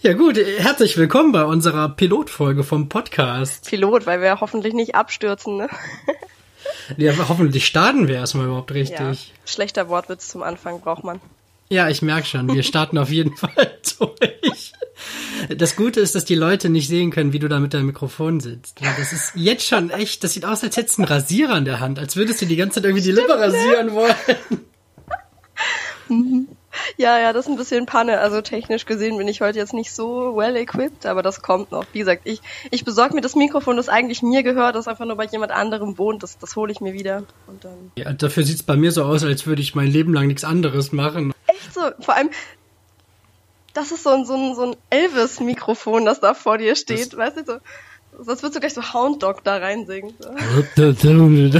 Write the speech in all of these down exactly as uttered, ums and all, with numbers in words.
Ja gut, herzlich willkommen bei unserer Pilotfolge vom Podcast. Pilot, weil wir hoffentlich nicht abstürzen, ne? Ja, hoffentlich starten wir erstmal überhaupt richtig. Ja, schlechter Wortwitz zum Anfang braucht man. Ja, ich merke schon, wir starten auf jeden Fall durch. Das Gute ist, dass die Leute nicht sehen können, wie du da mit deinem Mikrofon sitzt. Weil das ist jetzt schon echt, das sieht aus, als hättest du einen Rasierer in der Hand, als würdest du die ganze Zeit irgendwie die Lippe rasieren wollen. Mhm. Ja, ja, das ist ein bisschen Panne. Also technisch gesehen bin ich heute jetzt nicht so well equipped, aber das kommt noch. Wie gesagt, ich, ich besorge mir das Mikrofon, das eigentlich mir gehört, das einfach nur bei jemand anderem wohnt. Das, das hole ich mir wieder. Und dann ja, dafür sieht's bei mir so aus, als würde ich mein Leben lang nichts anderes machen. Echt so? Vor allem, das ist so ein, so ein, so ein Elvis-Mikrofon, das da vor dir steht. Das weißt du, so, als würdest du gleich so Hound Dog da reinsingen. So.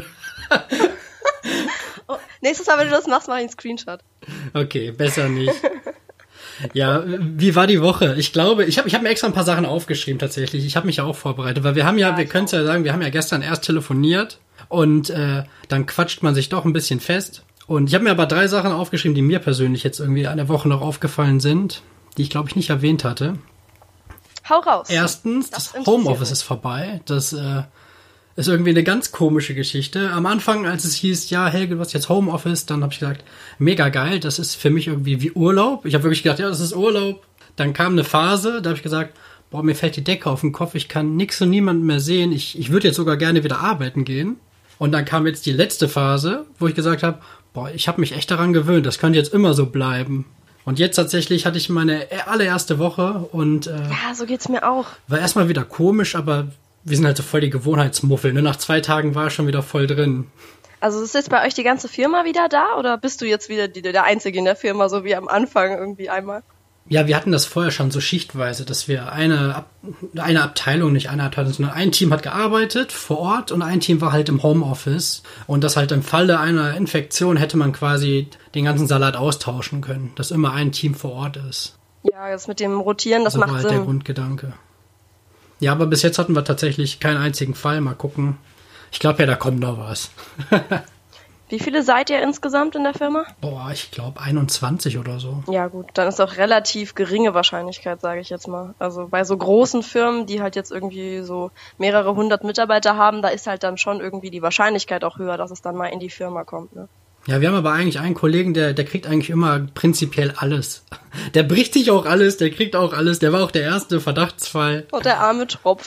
Oh, nächstes Mal, wenn du das machst, mach ich einen Screenshot. Okay, besser nicht. Ja, wie war die Woche? Ich glaube, ich habe ich hab mir extra ein paar Sachen aufgeschrieben tatsächlich. Ich habe mich ja auch vorbereitet, weil wir haben ja, ja wir können es ja sagen, wir haben ja gestern erst telefoniert und äh, dann quatscht man sich doch ein bisschen fest. Und ich habe mir aber drei Sachen aufgeschrieben, die mir persönlich jetzt irgendwie an der Woche noch aufgefallen sind, die ich glaube ich nicht erwähnt hatte. Hau raus. Erstens, das, das Homeoffice ist vorbei. Das äh, ist irgendwie eine ganz komische Geschichte. Am Anfang, als es hieß, ja, Helge, du hast jetzt Homeoffice, dann habe ich gesagt, mega geil, das ist für mich irgendwie wie Urlaub. Ich habe wirklich gedacht, ja, das ist Urlaub. Dann kam eine Phase, da habe ich gesagt, boah, mir fällt die Decke auf den Kopf, ich kann nix und niemanden mehr sehen. Ich, ich würde jetzt sogar gerne wieder arbeiten gehen. Und dann kam jetzt die letzte Phase, wo ich gesagt habe, boah, ich habe mich echt daran gewöhnt, das könnte jetzt immer so bleiben. Und jetzt tatsächlich hatte ich meine allererste Woche und äh, ja, so geht's mir auch. War erstmal wieder komisch, aber wir sind halt so voll die Gewohnheitsmuffel. Ne? Nach zwei Tagen war ich schon wieder voll drin. Also ist jetzt bei euch die ganze Firma wieder da oder bist du jetzt wieder die, der Einzige in der Firma, so wie am Anfang irgendwie einmal? Ja, wir hatten das vorher schon so schichtweise, dass wir eine, Ab- eine Abteilung, nicht eine Abteilung, sondern ein Team hat gearbeitet vor Ort und ein Team war halt im Homeoffice. Und das halt im Falle einer Infektion hätte man quasi den ganzen Salat austauschen können, dass immer ein Team vor Ort ist. Ja, das mit dem Rotieren, das so macht war halt Sinn. Der Grundgedanke. Ja, aber bis jetzt hatten wir tatsächlich keinen einzigen Fall. Mal gucken. Ich glaube ja, da kommt noch was. Wie viele seid ihr insgesamt in der Firma? Boah, ich glaube einundzwanzig oder so. Ja gut, dann ist auch relativ geringe Wahrscheinlichkeit, sage ich jetzt mal. Also bei so großen Firmen, die halt jetzt irgendwie so mehrere hundert Mitarbeiter haben, da ist halt dann schon irgendwie die Wahrscheinlichkeit auch höher, dass es dann mal in die Firma kommt, ne? Ja, wir haben aber eigentlich einen Kollegen, der der kriegt eigentlich immer prinzipiell alles. Der bricht sich auch alles, der kriegt auch alles. Der war auch der erste Verdachtsfall. Oh, der arme Tropf.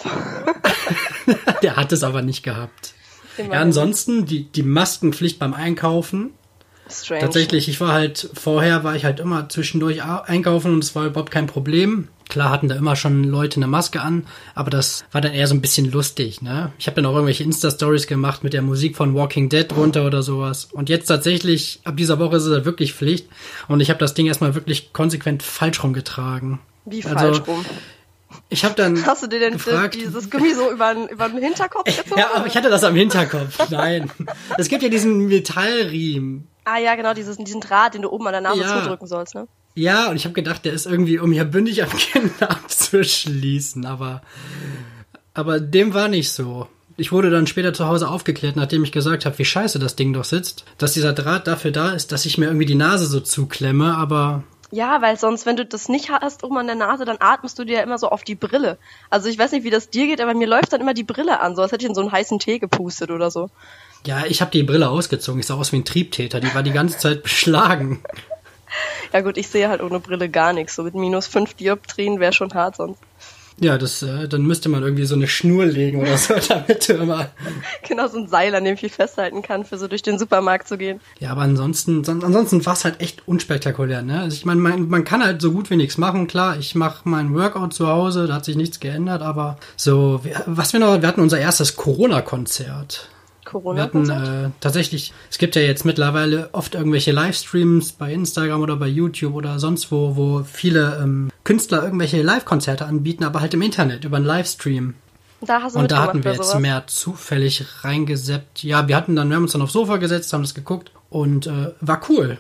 Der hat es aber nicht gehabt. Immerhin. Ja, ansonsten die die Maskenpflicht beim Einkaufen. Strange. Tatsächlich, ich war halt, vorher war ich halt immer zwischendurch einkaufen und es war überhaupt kein Problem. Klar hatten da immer schon Leute eine Maske an, aber das war dann eher so ein bisschen lustig, ne? Ich habe dann auch irgendwelche Insta-Stories gemacht mit der Musik von Walking Dead runter oder sowas. Und jetzt tatsächlich, ab dieser Woche ist es halt wirklich Pflicht. Und ich habe das Ding erstmal wirklich konsequent falsch rumgetragen. Wie falsch rum? Ich habe dann Hast du dir denn gefragt, dieses Gummi so über den, über den Hinterkopf gezogen? Ja, aber ich hatte das am Hinterkopf. Nein. Es gibt ja diesen Metallriemen. Ah ja, genau, dieses, diesen Draht, den du oben an der Nase ja. zudrücken sollst, ne? Ja, und ich habe gedacht, der ist irgendwie, um hier bündig am Kinn abzuschließen, aber aber dem war nicht so. Ich wurde dann später zu Hause aufgeklärt, nachdem ich gesagt habe, wie scheiße das Ding doch sitzt, dass dieser Draht dafür da ist, dass ich mir irgendwie die Nase so zuklemme, aber ja, weil sonst, wenn du das nicht hast oben an der Nase, dann atmest du dir ja immer so auf die Brille. Also ich weiß nicht, wie das dir geht, aber mir läuft dann immer die Brille an, so als hätte ich in so einen heißen Tee gepustet oder so. Ja, ich habe die Brille ausgezogen, ich sah aus wie ein Triebtäter, die war die ganze Zeit beschlagen. Ja gut, ich sehe halt ohne Brille gar nichts, so mit minus fünf Dioptrien wäre schon hart sonst. Ja, das, äh, dann müsste man irgendwie so eine Schnur legen oder so, damit du immer... Genau, so ein Seil, an dem ich viel festhalten kann, für so durch den Supermarkt zu gehen. Ja, aber ansonsten, son- ansonsten war es halt echt unspektakulär, ne? Also ich meine, man, man kann halt so gut wie nichts machen, klar, ich mache mein Workout zu Hause, da hat sich nichts geändert, aber so, wir, was wir noch, wir hatten unser erstes Corona-Konzert. Corona Wir hatten äh, tatsächlich, es gibt ja jetzt mittlerweile oft irgendwelche Livestreams bei Instagram oder bei YouTube oder sonst wo, wo viele ähm, Künstler irgendwelche Live-Konzerte anbieten, aber halt im Internet, über einen Livestream. Da hast du Und da hatten wir jetzt jetzt sowas? mehr zufällig reingeseppt. Ja, wir hatten dann, wir haben uns dann aufs Sofa gesetzt, haben das geguckt und äh, war cool.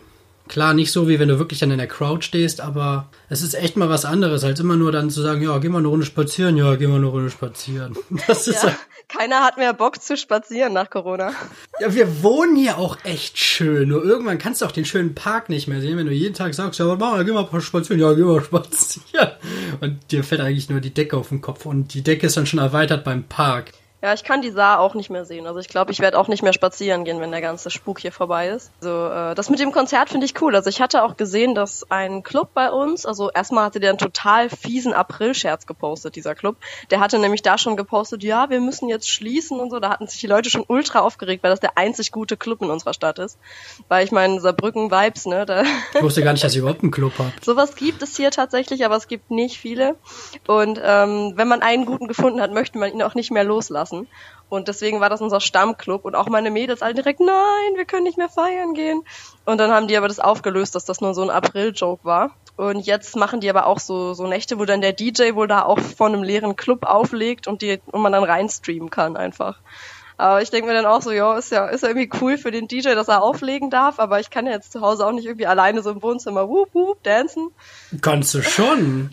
Klar, nicht so, wie wenn du wirklich dann in der Crowd stehst, aber es ist echt mal was anderes, als immer nur dann zu sagen, ja, geh mal eine Runde spazieren, ja, geh mal eine Runde spazieren. Das ist ja, keiner hat mehr Bock zu spazieren nach Corona. Ja, wir wohnen hier auch echt schön, nur irgendwann kannst du auch den schönen Park nicht mehr sehen, wenn du jeden Tag sagst, ja, mach mal, geh mal spazieren, ja, geh mal spazieren. Und dir fällt eigentlich nur die Decke auf den Kopf und die Decke ist dann schon erweitert beim Park. Ja, ich kann die Saar auch nicht mehr sehen. Also ich glaube, ich werde auch nicht mehr spazieren gehen, wenn der ganze Spuk hier vorbei ist. Also äh, das mit dem Konzert finde ich cool. Also ich hatte auch gesehen, dass ein Club bei uns, also erstmal hatte der einen total fiesen April-Scherz gepostet, dieser Club. Der hatte nämlich da schon gepostet, ja, wir müssen jetzt schließen und so. Da hatten sich die Leute schon ultra aufgeregt, weil das der einzig gute Club in unserer Stadt ist. Weil ich meine, Saarbrücken-Vibes, ne? Da ich wusste gar nicht, dass ihr überhaupt einen Club habt. Sowas gibt es hier tatsächlich, aber es gibt nicht viele. Und ähm, wenn man einen guten gefunden hat, möchte man ihn auch nicht mehr loslassen. Und deswegen war das unser Stammclub und auch meine Mädels alle direkt, nein, wir können nicht mehr feiern gehen. Und dann haben die aber das aufgelöst, dass das nur so ein April-Joke war. Und jetzt machen die aber auch so so Nächte, wo dann der D J wohl da auch vor einem leeren Club auflegt und die und man dann reinstreamen kann einfach. Aber ich denke mir dann auch so, ja, ist ja ist ja irgendwie cool für den D J, dass er auflegen darf, aber ich kann ja jetzt zu Hause auch nicht irgendwie alleine so im Wohnzimmer whoop whoop dancen. Kannst du schon.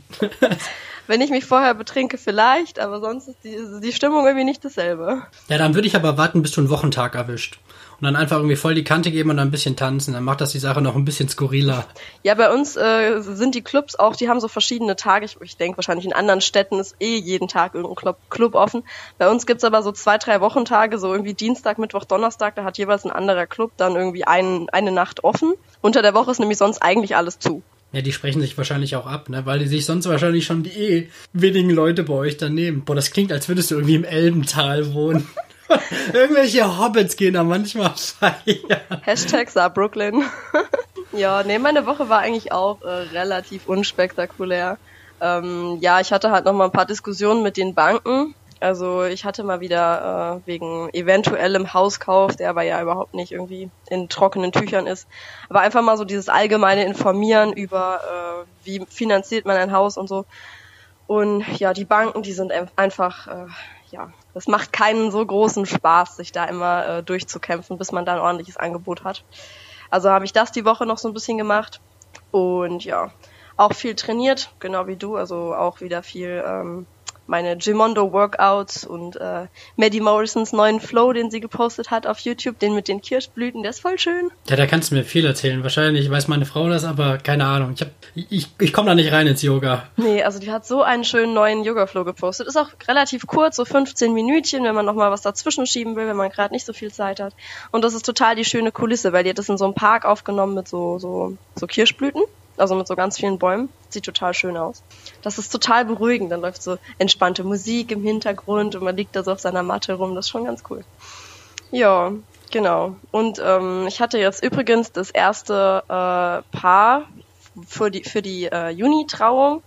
Wenn ich mich vorher betrinke, vielleicht, aber sonst ist die, die Stimmung irgendwie nicht dasselbe. Ja, dann würde ich aber warten, bis du einen Wochentag erwischt. Und dann einfach irgendwie voll die Kante geben und dann ein bisschen tanzen. Dann macht das die Sache noch ein bisschen skurriler. Ja, bei uns äh, sind die Clubs auch, die haben so verschiedene Tage. Ich, ich denke, wahrscheinlich in anderen Städten ist eh jeden Tag irgendein Club, Club offen. Bei uns gibt's aber so zwei, drei Wochentage, so irgendwie Dienstag, Mittwoch, Donnerstag. Da hat jeweils ein anderer Club dann irgendwie ein, eine Nacht offen. Unter der Woche ist nämlich sonst eigentlich alles zu. Ja, die sprechen sich wahrscheinlich auch ab, ne? Weil die sich sonst wahrscheinlich schon die eh wenigen Leute bei euch dann nehmen. Boah, das klingt, als würdest du irgendwie im Elbental wohnen. Irgendwelche Hobbits gehen da manchmal feiern. Hashtag Saarbrooklyn. Ja, nee, meine Woche war eigentlich auch äh, relativ unspektakulär. Ähm, ja, ich hatte halt noch mal ein paar Diskussionen mit den Banken. Also ich hatte mal wieder äh, wegen eventuellem Hauskauf, der aber ja überhaupt nicht irgendwie in trockenen Tüchern ist, aber einfach mal so dieses allgemeine Informieren über, äh, wie finanziert man ein Haus und so. Und ja, die Banken, die sind einfach, äh, ja, das macht keinen so großen Spaß, sich da immer äh, durchzukämpfen, bis man da ein ordentliches Angebot hat. Also habe ich das die Woche noch so ein bisschen gemacht und ja, auch viel trainiert, genau wie du, also auch wieder viel ähm, meine Gimondo-Workouts und äh, Maddie Morrisons neuen Flow, den sie gepostet hat auf YouTube, den mit den Kirschblüten, der ist voll schön. Ja, da kannst du mir viel erzählen. Wahrscheinlich weiß meine Frau das, aber keine Ahnung. Ich, hab, ich, ich komme da nicht rein ins Yoga. Nee, also die hat so einen schönen neuen Yoga-Flow gepostet. Ist auch relativ kurz, so fünfzehn Minütchen, wenn man noch mal was dazwischen schieben will, wenn man gerade nicht so viel Zeit hat. Und das ist total die schöne Kulisse, weil die hat das in so einem Park aufgenommen mit so, so, so Kirschblüten. Also mit so ganz vielen Bäumen. Sieht total schön aus. Das ist total beruhigend. Dann läuft so entspannte Musik im Hintergrund und man liegt da so auf seiner Matte rum. Das ist schon ganz cool. Ja, genau. Und ähm, ich hatte jetzt übrigens das erste äh, Paar für die, für die äh, Juni-Trauung,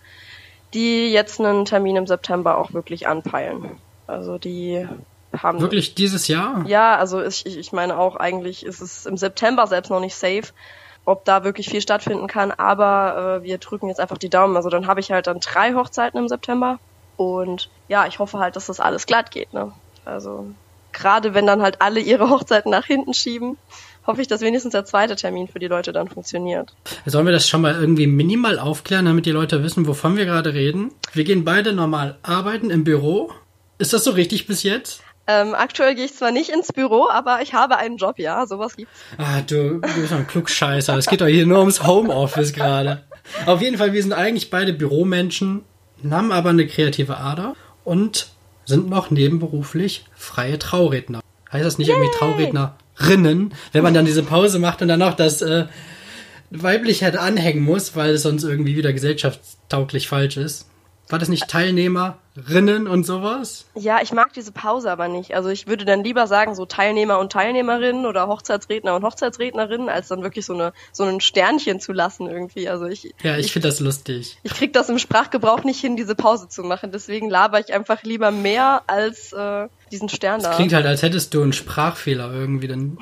die jetzt einen Termin im September auch wirklich anpeilen. Also die haben... Wirklich dieses Jahr? Ja, also ich, ich meine auch, eigentlich ist es im September selbst noch nicht safe, ob da wirklich viel stattfinden kann, aber äh, wir drücken jetzt einfach die Daumen. Also dann habe ich halt dann drei Hochzeiten im September und ja, ich hoffe halt, dass das alles glatt geht, ne? Also gerade wenn dann halt alle ihre Hochzeiten nach hinten schieben, hoffe ich, dass wenigstens der zweite Termin für die Leute dann funktioniert. Sollen wir das schon mal irgendwie minimal aufklären, damit die Leute wissen, wovon wir gerade reden? Wir gehen beide normal arbeiten im Büro. Ist das so richtig bis jetzt? Ähm, aktuell gehe ich zwar nicht ins Büro, aber ich habe einen Job, ja, sowas gibt's. Ah, du, du bist doch ein Klugscheißer. Es geht doch hier nur ums Homeoffice gerade. Auf jeden Fall, wir sind eigentlich beide Büromenschen, haben aber eine kreative Ader und sind noch nebenberuflich freie Trauredner. Heißt das nicht Yay! Irgendwie Traurednerinnen, wenn man dann diese Pause macht und dann noch das äh, weibliche halt anhängen muss, weil es sonst irgendwie wieder gesellschaftstauglich falsch ist? War das nicht Teilnehmerinnen und sowas? Ja, ich mag diese Pause aber nicht. Also ich würde dann lieber sagen, so Teilnehmer und Teilnehmerinnen oder Hochzeitsredner und Hochzeitsrednerinnen, als dann wirklich so eine so ein Sternchen zu lassen irgendwie. Also ich Ja, ich, ich finde das lustig. Ich krieg das im Sprachgebrauch nicht hin, diese Pause zu machen. Deswegen laber ich einfach lieber mehr als äh, diesen Stern da. Das klingt halt, als hättest du einen Sprachfehler irgendwie. Dann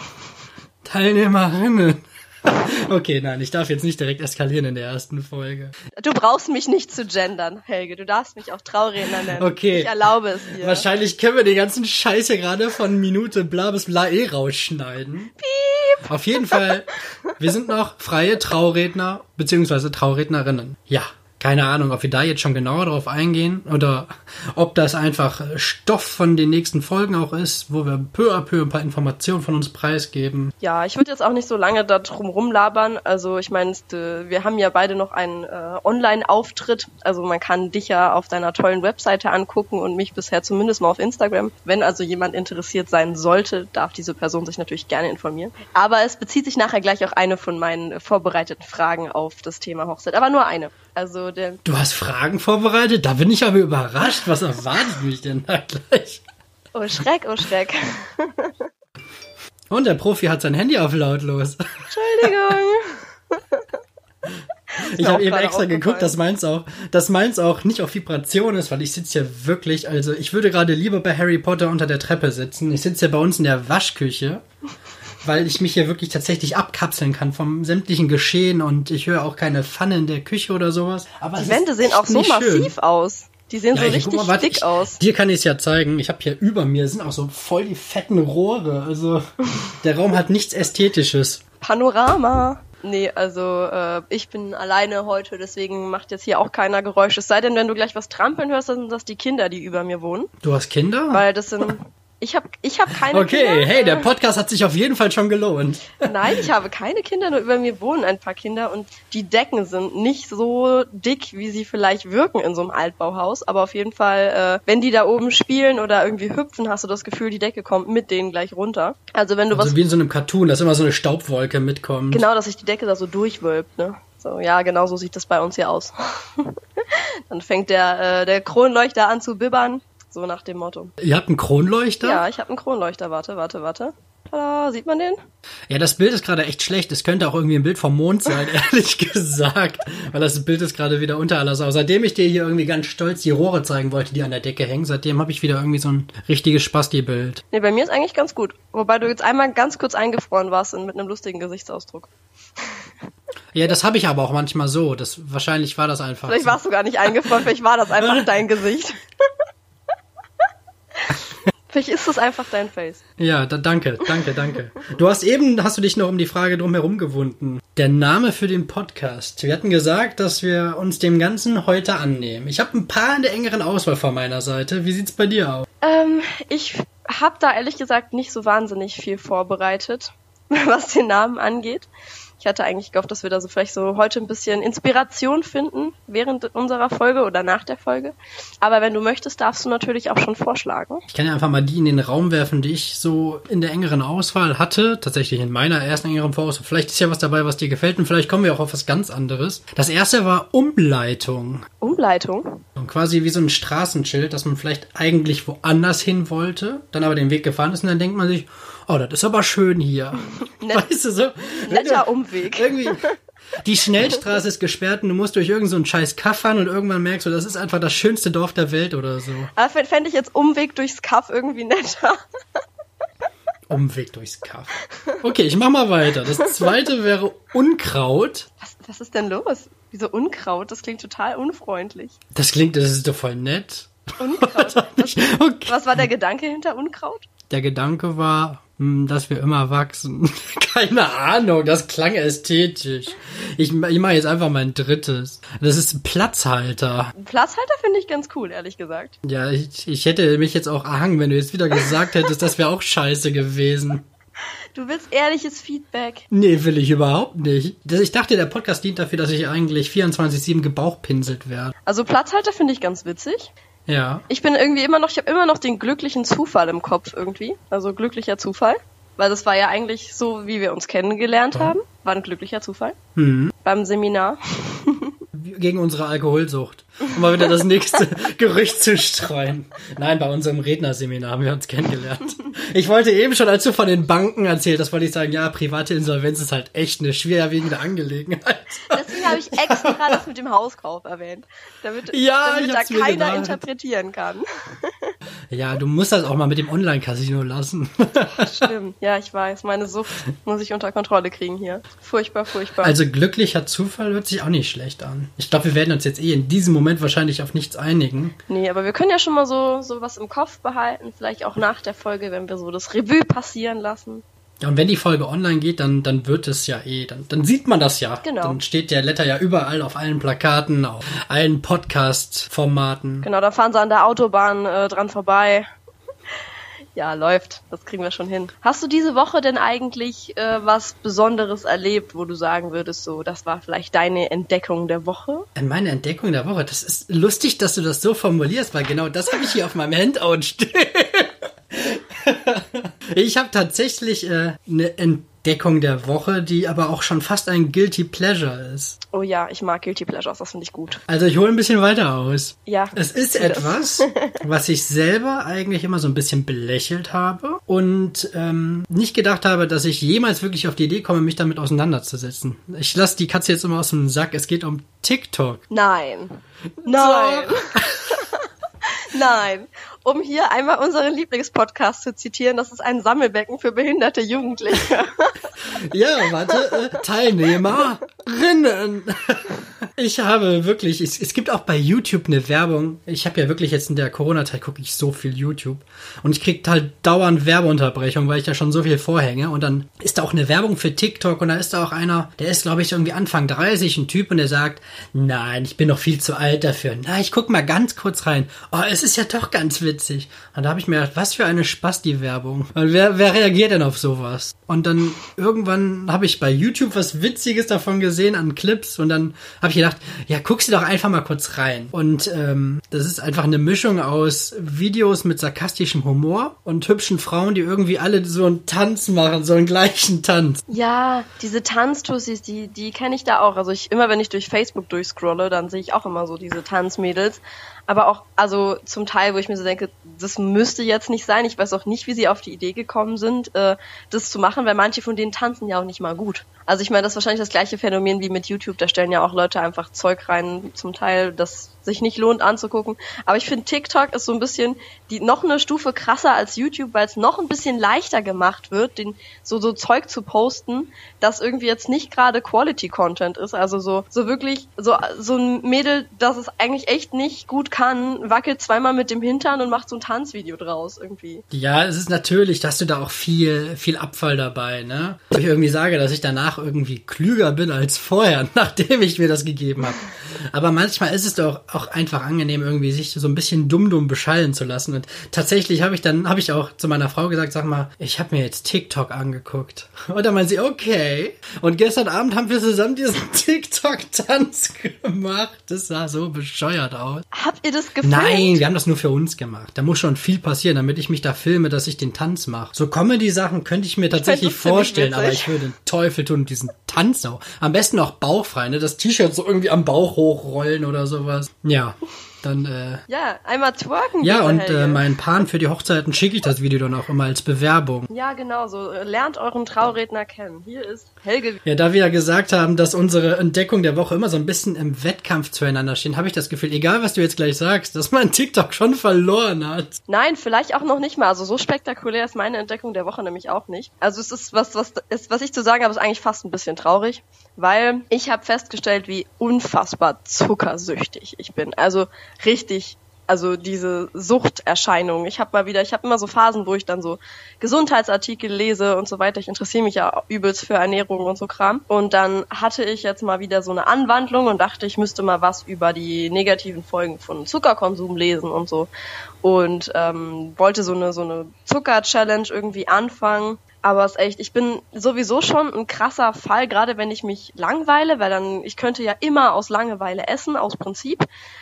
Teilnehmerinnen. Okay, nein, ich darf jetzt nicht direkt eskalieren in der ersten Folge. Du brauchst mich nicht zu gendern, Helge. Du darfst mich auch Trauredner nennen. Okay. Ich erlaube es dir. Wahrscheinlich können wir den ganzen Scheiß hier gerade von Minute bla bis bla eh rausschneiden. Piep! Auf jeden Fall, wir sind noch freie Trauredner bzw. Traurednerinnen. Ja. Keine Ahnung, ob wir da jetzt schon genauer drauf eingehen oder ob das einfach Stoff von den nächsten Folgen auch ist, wo wir peu à peu ein paar Informationen von uns preisgeben. Ja, ich würde jetzt auch nicht so lange da drum rumlabern. Also ich meine, wir haben ja beide noch einen äh, Online-Auftritt. Also man kann dich ja auf deiner tollen Webseite angucken und mich bisher zumindest mal auf Instagram. Wenn also jemand interessiert sein sollte, darf diese Person sich natürlich gerne informieren. Aber es bezieht sich nachher gleich auch eine von meinen vorbereiteten Fragen auf das Thema Hochzeit. Aber nur eine. Also der du hast Fragen vorbereitet? Da bin ich aber überrascht. Was erwartet mich denn da gleich? Oh Schreck, oh Schreck. Und der Profi hat sein Handy auf lautlos. Entschuldigung. Ich habe eben extra geguckt, dass meins auch, dass meins auch nicht auf Vibration ist, weil ich sitze hier wirklich, also ich würde gerade lieber bei Harry Potter unter der Treppe sitzen. Ich sitze hier bei uns in der Waschküche, weil ich mich hier wirklich tatsächlich abkapseln kann vom sämtlichen Geschehen und ich höre auch keine Pfanne in der Küche oder sowas. Aber die Wände sehen auch so massiv schön aus. Die sehen ja, so richtig mal, warte, dick ich, aus. Dir kann ich es ja zeigen. Ich habe hier über mir sind auch so voll die fetten Rohre. Also der Raum hat nichts Ästhetisches. Panorama. Nee, also äh, ich bin alleine heute, deswegen macht jetzt hier auch keiner Geräusche. Es sei denn, wenn du gleich was trampeln hörst, dann sind das die Kinder, die über mir wohnen. Du hast Kinder? Weil das sind... Ich habe ich hab keine okay, Kinder. Okay, hey, der Podcast hat sich auf jeden Fall schon gelohnt. Nein, ich habe keine Kinder, nur über mir wohnen ein paar Kinder und die Decken sind nicht so dick, wie sie vielleicht wirken in so einem Altbauhaus. Aber auf jeden Fall, äh, wenn die da oben spielen oder irgendwie hüpfen, hast du das Gefühl, die Decke kommt mit denen gleich runter. Also wenn du also was... wie in so einem Cartoon, dass immer so eine Staubwolke mitkommt. Genau, dass sich die Decke da so durchwölbt, ne? So, ja, genau so sieht das bei uns hier aus. Dann fängt der, äh, der Kronleuchter an zu bibbern. So nach dem Motto. Ihr habt einen Kronleuchter? Ja, ich habe einen Kronleuchter. Warte, warte, warte. Tada, sieht man den? Ja, das Bild ist gerade echt schlecht. Es könnte auch irgendwie ein Bild vom Mond sein, ehrlich gesagt. Weil das Bild ist gerade wieder unter aller Sau. Seitdem ich dir hier irgendwie ganz stolz die Rohre zeigen wollte, die an der Decke hängen, seitdem habe ich wieder irgendwie so ein richtiges Spasti-Bild. Nee, bei mir ist eigentlich ganz gut. Wobei du jetzt einmal ganz kurz eingefroren warst und mit einem lustigen Gesichtsausdruck. Ja, das habe ich aber auch manchmal so. Das, wahrscheinlich war das einfach Vielleicht so. warst du gar nicht eingefroren, vielleicht war das einfach dein Gesicht. Vielleicht ist das einfach dein Face. Ja, da, danke, danke, danke. Du hast eben, hast du dich noch um die Frage drumherum gewunden. Der Name für den Podcast. Wir hatten gesagt, dass wir uns dem Ganzen heute annehmen. Ich habe ein paar in der engeren Auswahl von meiner Seite. Wie sieht's bei dir aus? Ähm, ich habe da ehrlich gesagt nicht so wahnsinnig viel vorbereitet, was den Namen angeht. Ich hatte eigentlich gehofft, dass wir da so vielleicht so heute ein bisschen Inspiration finden während unserer Folge oder nach der Folge. Aber wenn du möchtest, darfst du natürlich auch schon vorschlagen. Ich kann ja einfach mal die in den Raum werfen, die ich so in der engeren Auswahl hatte. Tatsächlich in meiner ersten engeren Vorauswahl. Vielleicht ist ja was dabei, was dir gefällt und vielleicht kommen wir auch auf was ganz anderes. Das erste war Umleitung. Umleitung? Und quasi wie so ein Straßenschild, dass man vielleicht eigentlich woanders hin wollte, dann aber den Weg gefahren ist und dann denkt man sich, oh, das ist aber schön hier. Net, weißt du so? Netter Umweg. Irgendwie, die Schnellstraße ist gesperrt und du musst durch irgendeinen so einen scheiß Kaff fahren und irgendwann merkst du, das ist einfach das schönste Dorf der Welt oder so. Aber fände ich jetzt Umweg durchs Kaff irgendwie netter. Umweg durchs Kaff. Okay, ich mach mal weiter. Das zweite wäre Unkraut. Was, was ist denn los? Wieso Unkraut? Das klingt total unfreundlich. Das klingt, das ist doch voll nett. Unkraut. Was, okay. Was war der Gedanke hinter Unkraut? Der Gedanke war, dass wir immer wachsen. Keine Ahnung, das klang ästhetisch. Ich, ich mache jetzt einfach mein drittes. Das ist Platzhalter. Platzhalter finde ich ganz cool, ehrlich gesagt. Ja, ich, ich hätte mich jetzt auch erhangen, wenn du jetzt wieder gesagt hättest, das wäre auch scheiße gewesen. Du willst ehrliches Feedback. Nee, will ich überhaupt nicht. Ich dachte, der Podcast dient dafür, dass ich eigentlich vierundzwanzig sieben gebauchpinselt werde. Also Platzhalter finde ich ganz witzig. Ja. Ich bin irgendwie immer noch, ich habe immer noch den glücklichen Zufall im Kopf irgendwie. Also glücklicher Zufall. Weil das war ja eigentlich so, wie wir uns kennengelernt ja. haben. War ein glücklicher Zufall. Mhm. Beim Seminar. Gegen unsere Alkoholsucht. Um mal wieder das nächste Gerücht zu streuen. Nein, bei unserem Rednerseminar haben wir uns kennengelernt. Ich wollte eben schon, als du von den Banken erzählt hast, wollte ich sagen, ja, private Insolvenz ist halt echt eine schwerwiegende Angelegenheit. Deswegen habe ich extra das mit dem Hauskauf erwähnt. Damit, ja, damit da keiner interpretieren kann. Ja, du musst das auch mal mit dem Online-Casino lassen. Stimmt. Ja, ich weiß. Meine Sucht muss ich unter Kontrolle kriegen hier. Furchtbar, furchtbar. Also glücklicher Zufall hört sich auch nicht schlecht an. Ich glaube, wir werden uns jetzt eh in diesem Moment wahrscheinlich auf nichts einigen. Nee, aber wir können ja schon mal so, so was im Kopf behalten. Vielleicht auch nach der Folge, wenn wir so das Revue passieren lassen. Ja, und wenn die Folge online geht, dann, dann wird es ja eh, dann, dann sieht man das ja. Genau. Dann steht der Letter ja überall auf allen Plakaten, auf allen Podcast-Formaten. Genau, dann fahren sie an der Autobahn äh, dran vorbei. Ja, läuft. Das kriegen wir schon hin. Hast du diese Woche denn eigentlich äh, was Besonderes erlebt, wo du sagen würdest, so, das war vielleicht deine Entdeckung der Woche? Meine Entdeckung der Woche, das ist lustig, dass du das so formulierst, weil genau das habe ich hier auf meinem Handout stehen. Ich habe tatsächlich äh, eine Entdeckung der Woche, die aber auch schon fast ein Guilty Pleasure ist. Oh ja, ich mag Guilty Pleasures, das finde ich gut. Also ich hole ein bisschen weiter aus. Ja. Es ist etwas, was ich selber eigentlich immer so ein bisschen belächelt habe und ähm, nicht gedacht habe, dass ich jemals wirklich auf die Idee komme, mich damit auseinanderzusetzen. Ich lasse die Katze jetzt immer aus dem Sack. Es geht um TikTok. Nein. Nein. Nein. Um hier einmal unseren Lieblingspodcast zu zitieren, das ist ein Sammelbecken für behinderte Jugendliche. Ja, warte, äh, Teilnehmerinnen. Ich habe wirklich, es, es gibt auch bei YouTube eine Werbung. Ich habe ja wirklich jetzt in der Corona-Zeit gucke ich so viel YouTube und ich kriege halt dauernd Werbeunterbrechung, weil ich da schon so viel vorhänge und dann ist da auch eine Werbung für TikTok und da ist da auch einer, der ist glaube ich irgendwie Anfang dreißig, ein Typ und der sagt, nein, ich bin noch viel zu alt dafür. Na, ich guck mal ganz kurz rein. Oh, es ist ja doch ganz witzig. Und da habe ich mir gedacht, was für eine Spasti-Werbung. Und wer, wer reagiert denn auf sowas? Und dann irgendwann habe ich bei YouTube was Witziges davon gesehen an Clips und dann habe ich gedacht, ja, guck sie doch einfach mal kurz rein. Und ähm, das ist einfach eine Mischung aus Videos mit sarkastischem Humor und hübschen Frauen, die irgendwie alle so einen Tanz machen, so einen gleichen Tanz. Ja, diese Tanztussis, die, die kenne ich da auch. Also ich immer, wenn ich durch Facebook durchscrolle, dann sehe ich auch immer so diese Tanzmädels. Aber auch, also zum Teil, wo ich mir so denke, das müsste jetzt nicht sein. Ich weiß auch nicht, wie sie auf die Idee gekommen sind, äh, das zu machen, weil manche von denen tanzen ja auch nicht mal gut. Also ich meine, das ist wahrscheinlich das gleiche Phänomen wie mit YouTube. Da stellen ja auch Leute einfach Zeug rein, zum Teil, das sich nicht lohnt anzugucken. Aber ich finde, TikTok ist so ein bisschen die noch eine Stufe krasser als YouTube, weil es noch ein bisschen leichter gemacht wird, den so so Zeug zu posten, das irgendwie jetzt nicht gerade Quality-Content ist. Also so so wirklich so so ein Mädel, das es eigentlich echt nicht gut kann, wackelt zweimal mit dem Hintern und macht so ein Tanzvideo draus irgendwie. Ja, es ist natürlich, dass du da auch viel viel Abfall dabei, ne? Wo ich irgendwie sage, dass ich danach irgendwie klüger bin als vorher, nachdem ich mir das gegeben habe. Aber manchmal ist es doch auch einfach angenehm, irgendwie sich so ein bisschen dumm-dumm beschallen zu lassen. Und tatsächlich habe ich dann, habe ich auch zu meiner Frau gesagt, sag mal, ich habe mir jetzt TikTok angeguckt. Und dann meinte sie, okay. Und gestern Abend haben wir zusammen diesen TikTok-Tanz gemacht. Das sah so bescheuert aus. Habt ihr das gefilmt? Nein, wir haben das nur für uns gemacht. Da muss schon viel passieren, damit ich mich da filme, dass ich den Tanz mache. So Comedy-Sachen könnte ich mir tatsächlich ich vorstellen, aber ich würde den Teufel tun, diesen Tanz auch. Am besten auch bauchfrei, ne? Das T-Shirt so irgendwie am Bauch hochrollen oder sowas. Ja. Dann, äh, ja, einmal twerken. Ja, und äh, meinen Paaren für die Hochzeiten schicke ich das Video dann auch immer als Bewerbung. Ja, genau so. Lernt euren Trauredner kennen. Hier ist Helge. Ja, da wir ja gesagt haben, dass unsere Entdeckung der Woche immer so ein bisschen im Wettkampf zueinander stehen, habe ich das Gefühl, egal was du jetzt gleich sagst, dass mein TikTok schon verloren hat. Nein, vielleicht auch noch nicht mal. Also so spektakulär ist meine Entdeckung der Woche nämlich auch nicht. Also es ist was, was ist, was ich zu sagen habe, ist eigentlich fast ein bisschen traurig, weil ich habe festgestellt, wie unfassbar zuckersüchtig ich bin. Also richtig, also diese Suchterscheinung. Ich habe mal wieder, ich habe immer so Phasen, wo ich dann so Gesundheitsartikel lese und so weiter. Ich interessiere mich ja übelst für Ernährung und so Kram. Und dann hatte ich jetzt mal wieder so eine Anwandlung und dachte, ich müsste mal was über die negativen Folgen von Zuckerkonsum lesen und so. Und ähm, wollte so eine so eine Zucker-Challenge irgendwie anfangen. Aber es ist echt, ich bin sowieso schon ein krasser Fall, gerade wenn ich mich langweile, weil dann, ich könnte ja immer aus Langeweile essen, aus Prinzip.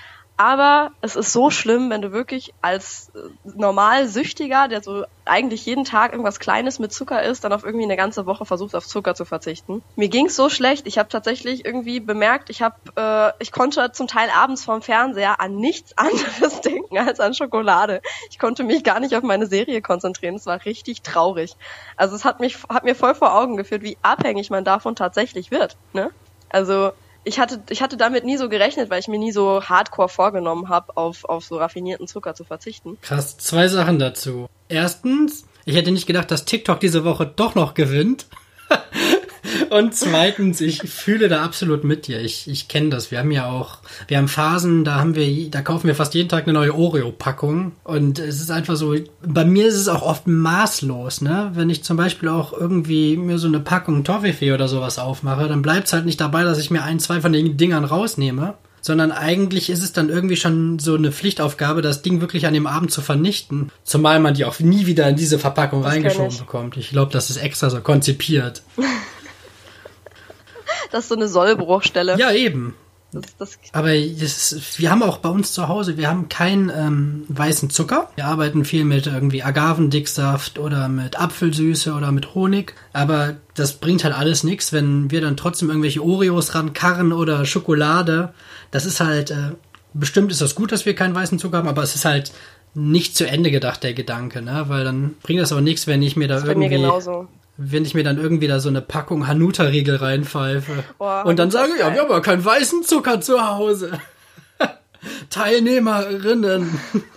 Aber es ist so schlimm, wenn du wirklich als normal Süchtiger, der so eigentlich jeden Tag irgendwas Kleines mit Zucker isst, dann auf irgendwie eine ganze Woche versucht, auf Zucker zu verzichten. Mir ging's so schlecht, ich habe tatsächlich irgendwie bemerkt, ich habe, äh, ich konnte zum Teil abends vorm Fernseher an nichts anderes denken als an Schokolade. Ich konnte mich gar nicht auf meine Serie konzentrieren, es war richtig traurig. Also es hat mich, hat mir voll vor Augen geführt, wie abhängig man davon tatsächlich wird, ne? Also Ich hatte, ich hatte damit nie so gerechnet, weil ich mir nie so hardcore vorgenommen habe, auf, auf so raffinierten Zucker zu verzichten. Krass, zwei Sachen dazu. Erstens, ich hätte nicht gedacht, dass TikTok diese Woche doch noch gewinnt. Und zweitens, ich fühle da absolut mit dir. Ich, ich kenne das. Wir haben ja auch, wir haben Phasen, da haben wir, da kaufen wir fast jeden Tag eine neue Oreo-Packung. Und es ist einfach so, bei mir ist es auch oft maßlos, ne? Wenn ich zum Beispiel auch irgendwie mir so eine Packung Toffifee oder sowas aufmache, dann bleibt es halt nicht dabei, dass ich mir ein, zwei von den Dingern rausnehme. Sondern eigentlich ist es dann irgendwie schon so eine Pflichtaufgabe, das Ding wirklich an dem Abend zu vernichten. Zumal man die auch nie wieder in diese Verpackung das reingeschoben bekommt. Ich glaube, das ist extra so konzipiert. Das ist so eine Sollbruchstelle. Ja, eben. Das, das Aber das ist, wir haben auch bei uns zu Hause, wir haben keinen ähm, weißen Zucker. Wir arbeiten viel mit irgendwie Agavendicksaft oder mit Apfelsüße oder mit Honig. Aber das bringt halt alles nichts, wenn wir dann trotzdem irgendwelche Oreos rankarren oder Schokolade. Das ist halt, äh, bestimmt ist das gut, dass wir keinen weißen Zucker haben, aber es ist halt nicht zu Ende gedacht, der Gedanke, ne? Weil dann bringt das auch nichts, wenn ich mir da das ist irgendwie... Bei mir genauso. Wenn ich mir dann irgendwie da so eine Packung Hanuta-Riegel reinpfeife. Oh, und dann sage ich, ja, wir haben ja keinen weißen Zucker zu Hause. Teilnehmerinnen.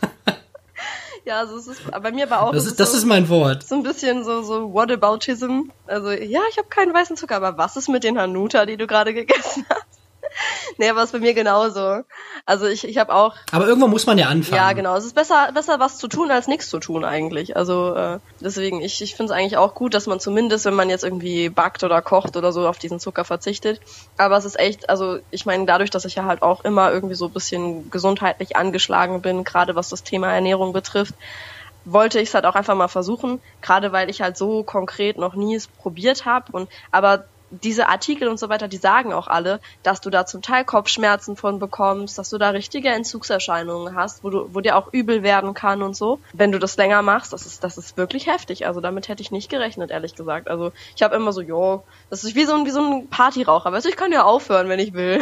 Ja, also es ist, bei mir war auch... Das, ist, das so, ist mein Wort. So ein bisschen so, so Whataboutism. Also, ja, ich habe keinen weißen Zucker, aber was ist mit den Hanuta, die du gerade gegessen hast? Nee, aber es ist bei mir genauso. Also ich, ich habe auch... Aber irgendwo muss man ja anfangen. Ja, genau. Es ist besser, besser was zu tun, als nichts zu tun eigentlich. Also äh, deswegen, ich, ich finde es eigentlich auch gut, dass man zumindest, wenn man jetzt irgendwie backt oder kocht oder so, auf diesen Zucker verzichtet. Aber es ist echt, also ich meine, dadurch, dass ich ja halt auch immer irgendwie so ein bisschen gesundheitlich angeschlagen bin, gerade was das Thema Ernährung betrifft, wollte ich es halt auch einfach mal versuchen, gerade weil ich halt so konkret noch nie es probiert habe. Und aber diese Artikel und so weiter, die sagen auch alle, dass du da zum Teil Kopfschmerzen von bekommst, dass du da richtige Entzugserscheinungen hast, wo du, wo dir auch übel werden kann und so. Wenn du das länger machst, das ist, das ist wirklich heftig. Also damit hätte ich nicht gerechnet, ehrlich gesagt. Also ich habe immer so, jo, das ist wie so ein, wie so ein Partyraucher. Weißt du, ich kann ja aufhören, wenn ich will.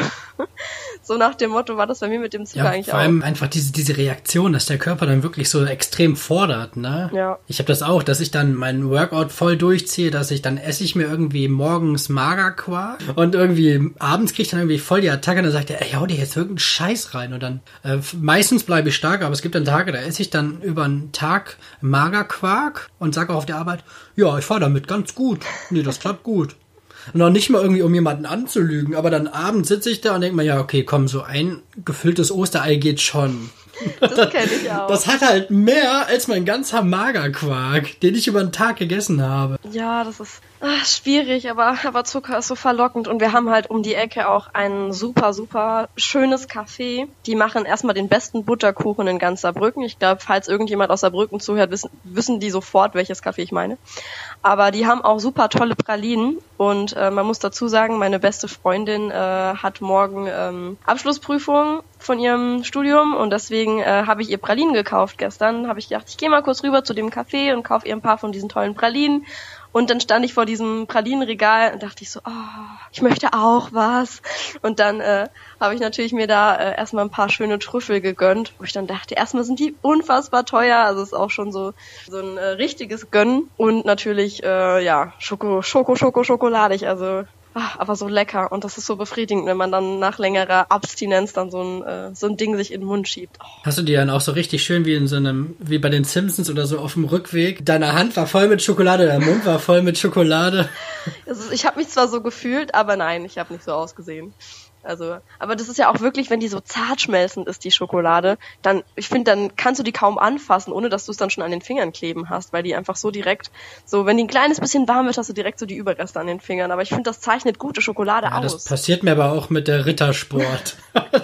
So nach dem Motto war das bei mir mit dem Zucker ja, eigentlich auch. Vor allem einfach diese, diese Reaktion, dass der Körper dann wirklich so extrem fordert, ne? Ja. Ich habe das auch, dass ich dann meinen Workout voll durchziehe, dass ich dann esse ich mir irgendwie morgens Magerquark und irgendwie abends kriege ich dann irgendwie voll die Attacke und dann sagt er, ey, hau dir jetzt irgendeinen Scheiß rein und dann äh, meistens bleibe ich stark, aber es gibt dann Tage, da esse ich dann über einen Tag Magerquark und sage auch auf der Arbeit, ja, ich fahre damit ganz gut. Nee, das klappt gut. Und noch nicht mal irgendwie, um jemanden anzulügen, aber dann abends sitze ich da und denke mir, ja, okay, komm, so ein gefülltes Osterei geht schon. Das kenne ich auch. Das hat halt mehr als mein ganzer Magerquark, den ich über den Tag gegessen habe. Ja, das ist ach, schwierig, aber, aber Zucker ist so verlockend. Und wir haben halt um die Ecke auch ein super, super schönes Café. Die machen erstmal den besten Butterkuchen in ganz Saarbrücken. Ich glaube, falls irgendjemand aus Saarbrücken zuhört, wissen, wissen die sofort, welches Café ich meine. Aber die haben auch super tolle Pralinen. Und äh, man muss dazu sagen, meine beste Freundin äh, hat morgen ähm, Abschlussprüfung von ihrem Studium und deswegen äh, habe ich ihr Pralinen gekauft gestern. Habe ich gedacht, ich gehe mal kurz rüber zu dem Café und kaufe ihr ein paar von diesen tollen Pralinen. Und dann stand ich vor diesem Pralinenregal und dachte ich so, oh, ich möchte auch was. Und dann äh, habe ich natürlich mir da äh, erstmal ein paar schöne Trüffel gegönnt, wo ich dann dachte, erstmal sind die unfassbar teuer, also ist auch schon so so ein äh, richtiges Gönnen. Und natürlich, äh, ja, Schoko, Schoko, Schoko, schokoladig, also ach, aber so lecker. Und das ist so befriedigend, wenn man dann nach längerer Abstinenz dann so ein, äh, so ein Ding sich in den Mund schiebt. Oh. Hast du dir dann auch so richtig schön wie in so einem, wie bei den Simpsons oder so auf dem Rückweg, deine Hand war voll mit Schokolade, dein Mund war voll mit Schokolade? Also ich habe mich zwar so gefühlt, aber nein, ich habe nicht so ausgesehen. Also, aber das ist ja auch wirklich, wenn die so zart schmelzend ist, die Schokolade, dann, ich finde, dann kannst du die kaum anfassen, ohne dass du es dann schon an den Fingern kleben hast, weil die einfach so direkt, so, wenn die ein kleines bisschen warm wird, hast du direkt so die Überreste an den Fingern. Aber ich finde, das zeichnet gute Schokolade ja, aus. Das passiert mir aber auch mit der Rittersport.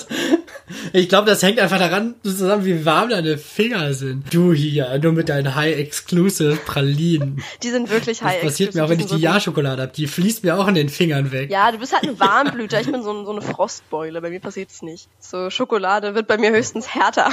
Ich glaube, das hängt einfach daran zusammen, wie warm deine Finger sind. Du hier, nur mit deinen High-Exclusive Pralinen. Die sind wirklich High-Exclusive. Das passiert mir auch, wenn ich die Ja-Schokolade habe. Die fließt mir auch in den Fingern weg. Ja, du bist halt ein Warmblüter. Ich bin so, so eine Frostbeule. Bei mir passiert's nicht. So, Schokolade wird bei mir höchstens härter.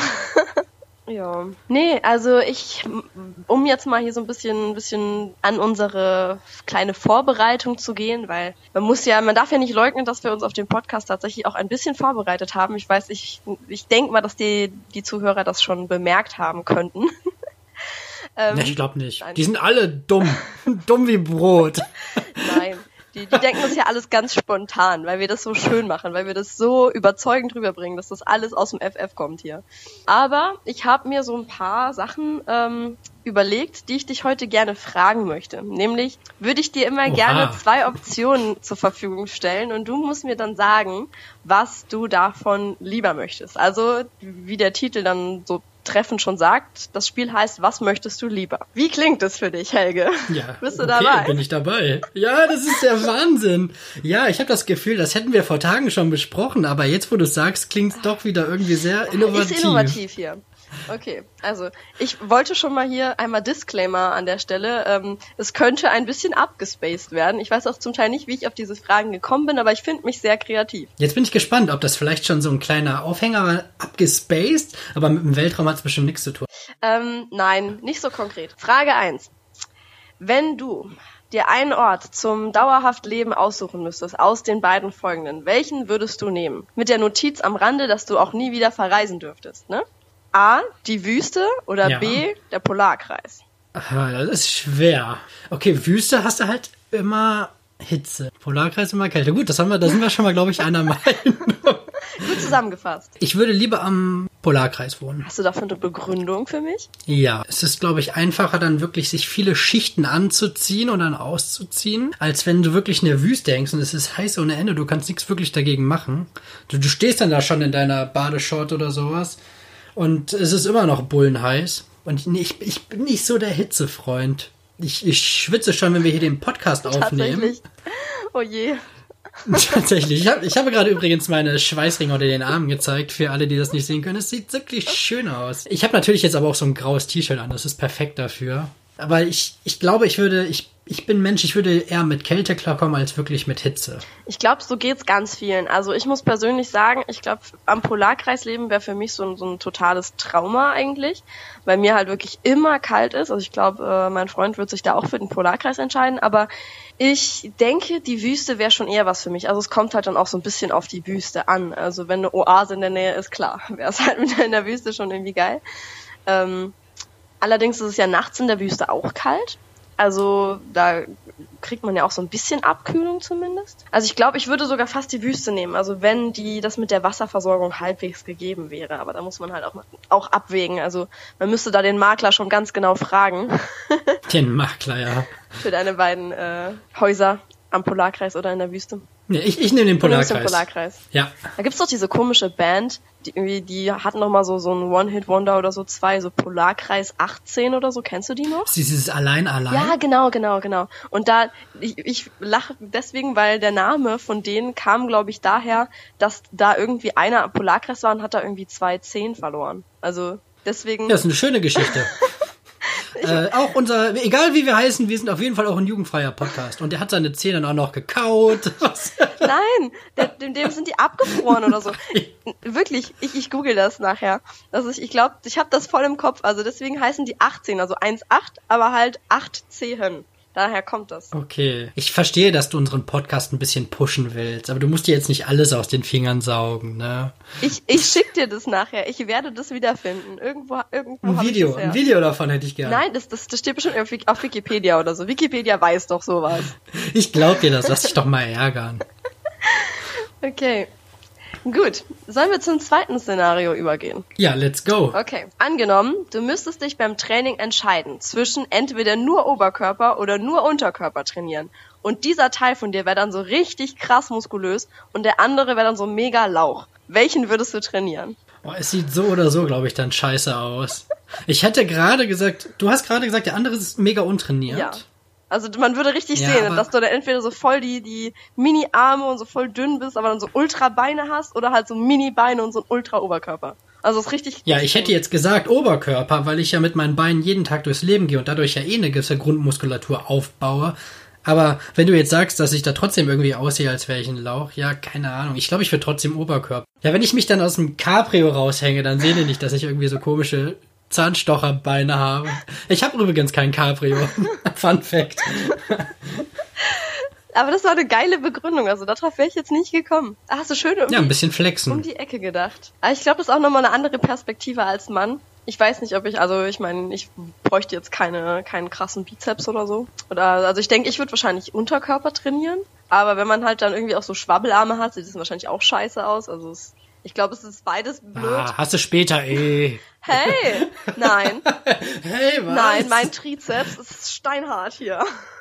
Ja. Nee, also ich, um jetzt mal hier so ein bisschen, ein bisschen an unsere kleine Vorbereitung zu gehen, weil man muss ja, man darf ja nicht leugnen, dass wir uns auf den Podcast tatsächlich auch ein bisschen vorbereitet haben. Ich weiß, ich, ich denke mal, dass die, die Zuhörer das schon bemerkt haben könnten. ähm, nee, ich glaube nicht. Nein. Die sind alle dumm. Dumm wie Brot. Nein. Die, die denken das ja alles ganz spontan, weil wir das so schön machen, weil wir das so überzeugend rüberbringen, dass das alles aus dem F F kommt hier. Aber ich habe mir so ein paar Sachen ähm, überlegt, die ich dich heute gerne fragen möchte. Nämlich würde ich dir immer Oha. gerne zwei Optionen zur Verfügung stellen und du musst mir dann sagen, was du davon lieber möchtest. Also wie der Titel dann so treffend schon sagt, das Spiel heißt, was möchtest du lieber? Wie klingt das für dich, Helge? Ja, bist du okay, dabei? Bin ich dabei. Ja, das ist der Wahnsinn. Ja, ich habe das Gefühl, das hätten wir vor Tagen schon besprochen, aber jetzt, wo du sagst, klingt es doch wieder irgendwie sehr innovativ. Ist innovativ hier. Okay, also ich wollte schon mal hier einmal Disclaimer an der Stelle. Ähm, es könnte ein bisschen abgespaced werden. Ich weiß auch zum Teil nicht, wie ich auf diese Fragen gekommen bin, aber ich finde mich sehr kreativ. Jetzt bin ich gespannt, ob das vielleicht schon so ein kleiner Aufhänger war, abgespaced, aber mit dem Weltraum hat es bestimmt nichts zu tun. Ähm, nein, nicht so konkret. Frage eins. Wenn du dir einen Ort zum dauerhaft Leben aussuchen müsstest, aus den beiden folgenden, welchen würdest du nehmen? Mit der Notiz am Rande, dass du auch nie wieder verreisen dürftest, ne? A, die Wüste oder Ja. B, der Polarkreis? Ah, das ist schwer. Okay, Wüste hast du halt immer Hitze. Polarkreis immer Kälte. Gut, das haben wir, da sind wir schon mal, glaube ich, einer Meinung. Gut zusammengefasst. Ich würde lieber am Polarkreis wohnen. Hast du dafür eine Begründung für mich? Ja, es ist, glaube ich, einfacher, dann wirklich sich viele Schichten anzuziehen und dann auszuziehen, als wenn du wirklich in der Wüste hängst und es ist heiß ohne Ende, du kannst nichts wirklich dagegen machen. Du, du stehst dann da schon in deiner Badeshort oder sowas und es ist immer noch bullenheiß. Und ich, ich bin nicht so der Hitzefreund. Ich, ich schwitze schon, wenn wir hier den Podcast aufnehmen. Tatsächlich. Oh je. Tatsächlich. Ich, hab, ich habe gerade übrigens meine Schweißringe unter den Armen gezeigt, für alle, die das nicht sehen können. Es sieht wirklich schön aus. Ich habe natürlich jetzt aber auch so ein graues T-Shirt an, das ist perfekt dafür. Aber ich, ich glaube, ich würde, ich, ich bin Mensch, ich würde eher mit Kälte klarkommen, als wirklich mit Hitze. Ich glaube, so geht's ganz vielen. Also ich muss persönlich sagen, ich glaube, am Polarkreis leben wäre für mich so ein, so ein totales Trauma eigentlich, weil mir halt wirklich immer kalt ist. Also ich glaube, äh, mein Freund wird sich da auch für den Polarkreis entscheiden, aber ich denke, die Wüste wäre schon eher was für mich. Also es kommt halt dann auch so ein bisschen auf die Wüste an. Also wenn eine Oase in der Nähe ist, klar, wäre es halt mit in der Wüste schon irgendwie geil. Ähm, allerdings ist es ja nachts in der Wüste auch kalt. Also da kriegt man ja auch so ein bisschen Abkühlung zumindest. Also ich glaube, ich würde sogar fast die Wüste nehmen. Also wenn die das mit der Wasserversorgung halbwegs gegeben wäre. Aber da muss man halt auch, auch abwägen. Also man müsste da den Makler schon ganz genau fragen. Den Makler, ja. Für deine beiden äh, Häuser am Polarkreis oder in der Wüste. Ja, ich, ich nehme den Du nimmst Polarkreis. den Polarkreis. Ja. Da gibt's doch diese komische Band, die irgendwie, die hatten noch mal so, so ein One-Hit-Wonder oder so zwei, so Polarkreis achtzehn oder so. Kennst du die noch? Sie ist allein, allein. Ja, genau, genau, genau. Und da, ich, ich lache deswegen, weil der Name von denen kam, glaube ich, daher, dass da irgendwie einer am Polarkreis war und hat da irgendwie zwei Zehen verloren. Also deswegen. Ja, das ist eine schöne Geschichte. äh, auch unser, egal wie wir heißen, wir sind auf jeden Fall auch ein jugendfreier Podcast. Und der hat seine Zähne dann auch noch gekaut. Was? Nein, der, dem, dem sind die abgefroren oder so. Wirklich, ich, ich google das nachher. Also ich, ich glaube, ich habe das voll im Kopf. Also deswegen heißen die achtzehn, also eins acht, aber halt acht Zehen. Daher kommt das. Okay. Ich verstehe, dass du unseren Podcast ein bisschen pushen willst, aber du musst dir jetzt nicht alles aus den Fingern saugen, ne? Ich, ich schick dir das nachher. Ich werde das wiederfinden. Irgendwo, irgendwo Ein hab Video, ich das her. ein Video davon hätte ich gerne. Nein, das, das, das steht bestimmt auf, auf Wikipedia oder so. Wikipedia weiß doch sowas. Ich glaub dir das, lass dich doch mal ärgern. Okay. Gut. Sollen wir zum zweiten Szenario übergehen? Ja, let's go. Okay. Angenommen, du müsstest dich beim Training entscheiden zwischen entweder nur Oberkörper oder nur Unterkörper trainieren. Und dieser Teil von dir wäre dann so richtig krass muskulös und der andere wäre dann so mega Lauch. Welchen würdest du trainieren? Oh, es sieht so oder so, glaube ich, dann scheiße aus. Ich hätte gerade gesagt, du hast gerade gesagt, der andere ist mega untrainiert. Ja. Also man würde richtig Ja, sehen, aber- dass du dann entweder so voll die, die Mini-Arme und so voll dünn bist, aber dann so Ultra-Beine hast oder halt so Mini-Beine und so ein Ultra-Oberkörper. Also es ist richtig... Ja, ich hätte jetzt gesagt Oberkörper, weil ich ja mit meinen Beinen jeden Tag durchs Leben gehe und dadurch ja eh eine gewisse Grundmuskulatur aufbaue. Aber wenn du jetzt sagst, dass ich da trotzdem irgendwie aussehe, als wäre ich ein Lauch, ja, keine Ahnung. Ich glaube, ich würde trotzdem Oberkörper. Ja, wenn ich mich dann aus dem Cabrio raushänge, dann sehen die nicht, dass ich irgendwie so komische Zahnstocherbeine habe. Ich habe übrigens kein Cabrio. Fun Fact. Aber das war eine geile Begründung, also darauf wäre ich jetzt nicht gekommen. Da hast du schön irgendwie Ja, ein bisschen um flexen. die Ecke gedacht. Aber ich glaube, das ist auch nochmal eine andere Perspektive als Mann. Ich weiß nicht, ob ich, also ich meine, ich bräuchte jetzt keine keinen krassen Bizeps oder so. Oder also ich denke, ich würde wahrscheinlich Unterkörper trainieren. Aber wenn man halt dann irgendwie auch so Schwabbelarme hat, sieht das wahrscheinlich auch scheiße aus. Also es, ich glaube, es ist beides blöd. Ah, hast du später, ey. Hey, nein. Hey, was? Nein, mein Trizeps ist steinhart hier.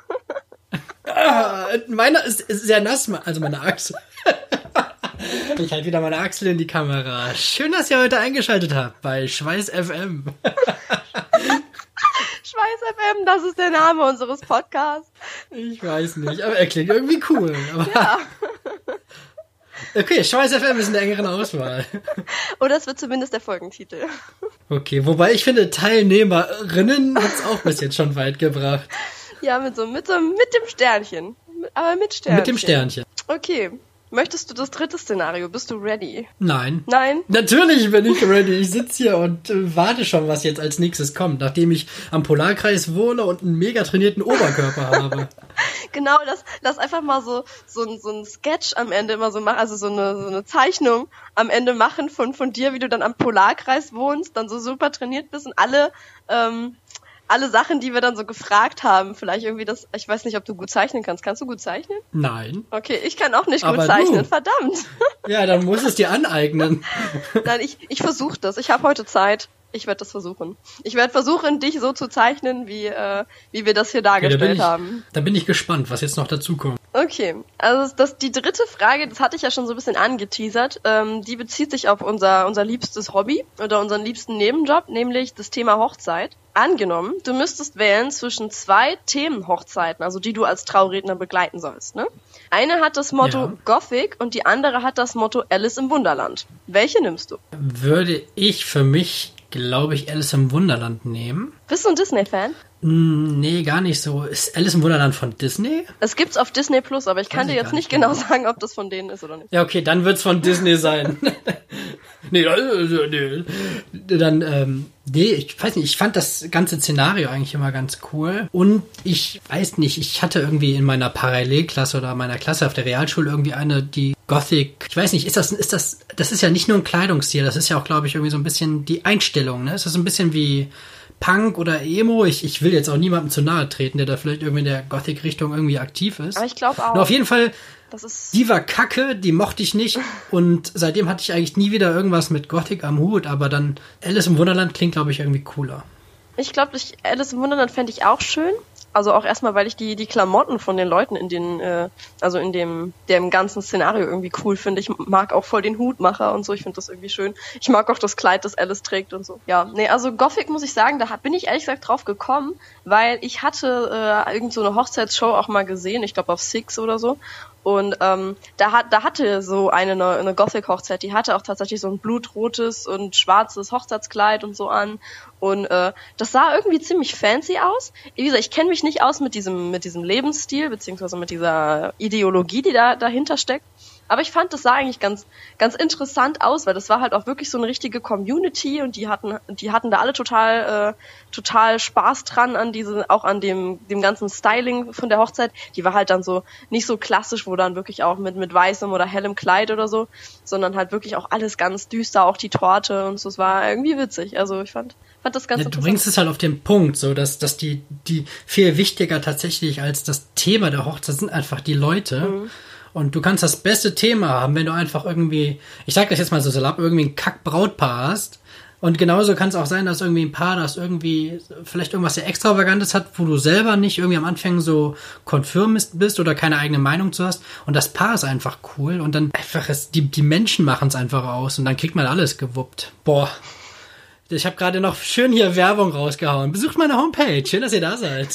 Ah, meiner ist, ist sehr nass, also meine Achsel. Ich halte wieder meine Achsel in die Kamera. Schön, dass ihr heute eingeschaltet habt bei Schweiß F M. Schweiß F M, das ist der Name unseres Podcasts. Ich weiß nicht, aber er klingt irgendwie cool. Aber ja. Okay, Schweiß F M ist in der engeren Auswahl. Oder es wird zumindest der Folgentitel. Okay, wobei ich finde, Teilnehmerinnen hat's auch bis jetzt schon weit gebracht. Ja, mit so, mit so, mit dem Sternchen. Aber mit Sternchen. Mit dem Sternchen. Okay. Möchtest du das dritte Szenario? Bist du ready? Nein. Nein? Natürlich bin ich ready. Ich sitze hier und äh, warte schon, was jetzt als nächstes kommt, nachdem ich am Polarkreis wohne und einen mega trainierten Oberkörper habe. Genau, lass, lass einfach mal so, so, ein, so ein Sketch am Ende immer so machen, also so eine, so eine Zeichnung am Ende machen von, von dir, wie du dann am Polarkreis wohnst, dann so super trainiert bist und alle, ähm, alle Sachen, die wir dann so gefragt haben, vielleicht irgendwie das, ich weiß nicht, ob du gut zeichnen kannst. Kannst du gut zeichnen? Nein. Okay, ich kann auch nicht Aber gut zeichnen, du. verdammt. Ja, dann musst du es dir aneignen. Nein, ich, ich versuche das. Ich habe heute Zeit. Ich werde das versuchen. Ich werde versuchen, dich so zu zeichnen, wie, äh, wie wir das hier dargestellt okay, da bin ich, haben. Da bin ich gespannt, was jetzt noch dazu kommt. Okay, also das, die dritte Frage, das hatte ich ja schon so ein bisschen angeteasert, ähm, die bezieht sich auf unser, unser liebstes Hobby oder unseren liebsten Nebenjob, nämlich das Thema Hochzeit. Angenommen, du müsstest wählen zwischen zwei Themenhochzeiten, also die du als Trauredner begleiten sollst, ne? Eine hat das Motto Ja. Gothic und die andere hat das Motto Alice im Wunderland. Welche nimmst du? Würde ich für mich, glaube ich, Alice im Wunderland nehmen? Bist du ein Disney-Fan? Hm, nee, gar nicht so. Ist Alice im Wunderland von Disney? Es gibt's auf Disney Plus, aber ich kann Weiß dir ich jetzt gar nicht nicht genau genau. sagen, ob das von denen ist oder nicht. Ja, okay, dann wird's von Disney sein. nee, äh, nee. Dann, ähm, nee, ich weiß nicht, ich fand das ganze Szenario eigentlich immer ganz cool. Und ich weiß nicht, ich hatte irgendwie in meiner Parallelklasse oder meiner Klasse auf der Realschule irgendwie eine, die Gothic, ich weiß nicht, ist das, ist das, das ist ja nicht nur ein Kleidungsstil, das ist ja auch, glaube ich, irgendwie so ein bisschen die Einstellung, ne? Es ist ein bisschen wie Punk oder Emo. Ich, ich will jetzt auch niemandem zu nahe treten, der da vielleicht irgendwie in der Gothic-Richtung irgendwie aktiv ist. Aber ich glaube auch. Nur auf jeden Fall, das ist die war kacke, die mochte ich nicht und seitdem hatte ich eigentlich nie wieder irgendwas mit Gothic am Hut, aber dann Alice im Wunderland klingt, glaube ich, irgendwie cooler. Ich glaube, ich, Alice im Wunderland fände ich auch schön. Also auch erstmal, weil ich die die Klamotten von den Leuten in den, äh, also in dem dem ganzen Szenario irgendwie cool finde. Ich mag auch voll den Hutmacher und so. Ich finde das irgendwie schön. Ich mag auch das Kleid, das Alice trägt und so. Ja, nee, also Gothic muss ich sagen, da bin ich ehrlich gesagt drauf gekommen, weil ich hatte äh, irgend so eine Hochzeitsshow auch mal gesehen. Ich glaube auf Six oder so. Und ähm, da hat da hatte so eine eine Gothic-Hochzeit, die hatte auch tatsächlich so ein blutrotes und schwarzes Hochzeitskleid und so an. Und äh, das sah irgendwie ziemlich fancy aus. Wie gesagt, ich kenne mich nicht aus mit diesem mit diesem Lebensstil beziehungsweise mit dieser Ideologie, die da dahinter steckt. Aber ich fand, das sah eigentlich ganz ganz interessant aus, weil das war halt auch wirklich so eine richtige Community und die hatten die hatten da alle total äh, total Spaß dran an diese auch an dem dem ganzen Styling von der Hochzeit. Die war halt dann so nicht so klassisch, wo dann wirklich auch mit mit weißem oder hellem Kleid oder so, sondern halt wirklich auch alles ganz düster, auch die Torte und so. Es war irgendwie witzig. Also ich fand fand das ganz Ja, du interessant. bringst es halt auf den Punkt, so dass dass die die viel wichtiger tatsächlich als das Thema der Hochzeit sind einfach die Leute. Mhm. Und du kannst das beste Thema haben, wenn du einfach irgendwie, ich sag das jetzt mal so salopp, irgendwie ein Kack-Brautpaar hast. Und genauso kann es auch sein, dass irgendwie ein Paar, das irgendwie vielleicht irgendwas sehr Extravagantes hat, wo du selber nicht irgendwie am Anfang so konfirmist bist oder keine eigene Meinung zu hast. Und das Paar ist einfach cool. Und dann einfach, es, die, die Menschen machen es einfach aus. Und dann kriegt man alles gewuppt. Boah. Ich habe gerade noch schön hier Werbung rausgehauen. Besucht meine Homepage. Schön, dass ihr da seid.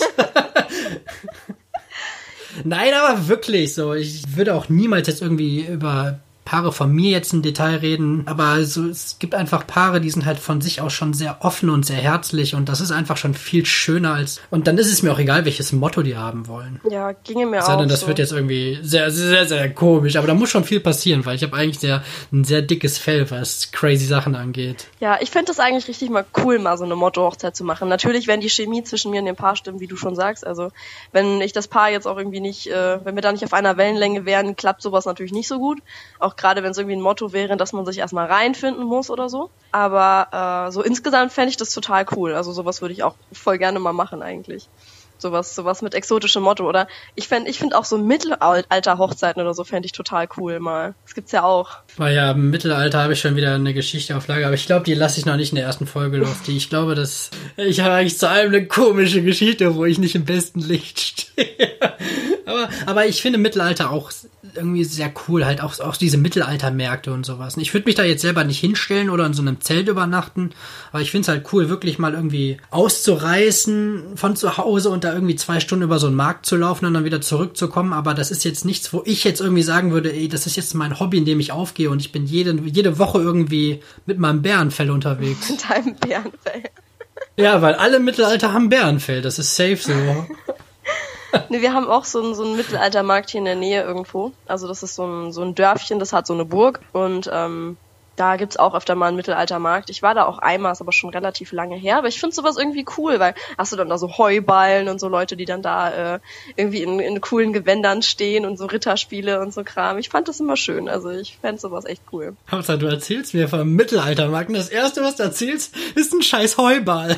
Nein, aber wirklich so. Ich würde auch niemals jetzt irgendwie über Paare von mir jetzt im Detail reden, aber so, es gibt einfach Paare, die sind halt von sich aus schon sehr offen und sehr herzlich und das ist einfach schon viel schöner als, und dann ist es mir auch egal, welches Motto die haben wollen. Ja, ginge mir Sei auch denn, das so. wird jetzt irgendwie sehr, sehr, sehr komisch, aber da muss schon viel passieren, weil ich habe eigentlich sehr, ein sehr dickes Fell, was crazy Sachen angeht. Ja, ich fände das eigentlich richtig mal cool, mal so eine Motto-Hochzeit zu machen. Natürlich, wenn die Chemie zwischen mir und dem Paar stimmt, wie du schon sagst. Also, wenn ich das Paar jetzt auch irgendwie nicht, äh, wenn wir da nicht auf einer Wellenlänge wären, klappt sowas natürlich nicht so gut. Auch gerade wenn es irgendwie ein Motto wäre, dass man sich erstmal reinfinden muss oder so. Aber äh, so insgesamt fände ich das total cool. Also sowas würde ich auch voll gerne mal machen eigentlich. Sowas, sowas mit exotischem Motto. Oder ich fände, ich finde auch so Mittelalter-Hochzeiten oder so fände ich total cool mal. Das gibt's ja auch. War ja, im Mittelalter habe ich schon wieder eine Geschichte auf Lager, aber ich glaube, die lasse ich noch nicht in der ersten Folge los. Die, ich glaube, dass ich habe eigentlich zu allem eine komische Geschichte, wo ich nicht im besten Licht stehe. aber, aber ich finde Mittelalter auch irgendwie sehr cool, halt auch, auch diese Mittelaltermärkte und sowas. Ich würde mich da jetzt selber nicht hinstellen oder in so einem Zelt übernachten, aber ich finde es halt cool, wirklich mal irgendwie auszureißen von zu Hause und da irgendwie zwei Stunden über so einen Markt zu laufen und dann wieder zurückzukommen, aber das ist jetzt nichts, wo ich jetzt irgendwie sagen würde, ey, das ist jetzt mein Hobby, in dem ich aufgehe und ich bin jede, jede Woche irgendwie mit meinem Bärenfell unterwegs. Mit deinem Bärenfell. Ja, weil alle im Mittelalter haben Bärenfell, das ist safe so. Ne, wir haben auch so einen, so einen Mittelaltermarkt hier in der Nähe irgendwo. Also das ist so ein, so ein Dörfchen, das hat so eine Burg und ähm, da gibt's auch öfter mal einen Mittelaltermarkt. Ich war da auch einmal, ist aber schon relativ lange her. Aber ich finde sowas irgendwie cool, weil hast du dann da so Heuballen und so Leute, die dann da äh, irgendwie in, in coolen Gewändern stehen und so Ritterspiele und so Kram. Ich fand das immer schön. Also ich fände sowas echt cool. Hauptsache, du erzählst mir vom Mittelaltermarkt und das Erste, was du erzählst, ist ein scheiß Heuball.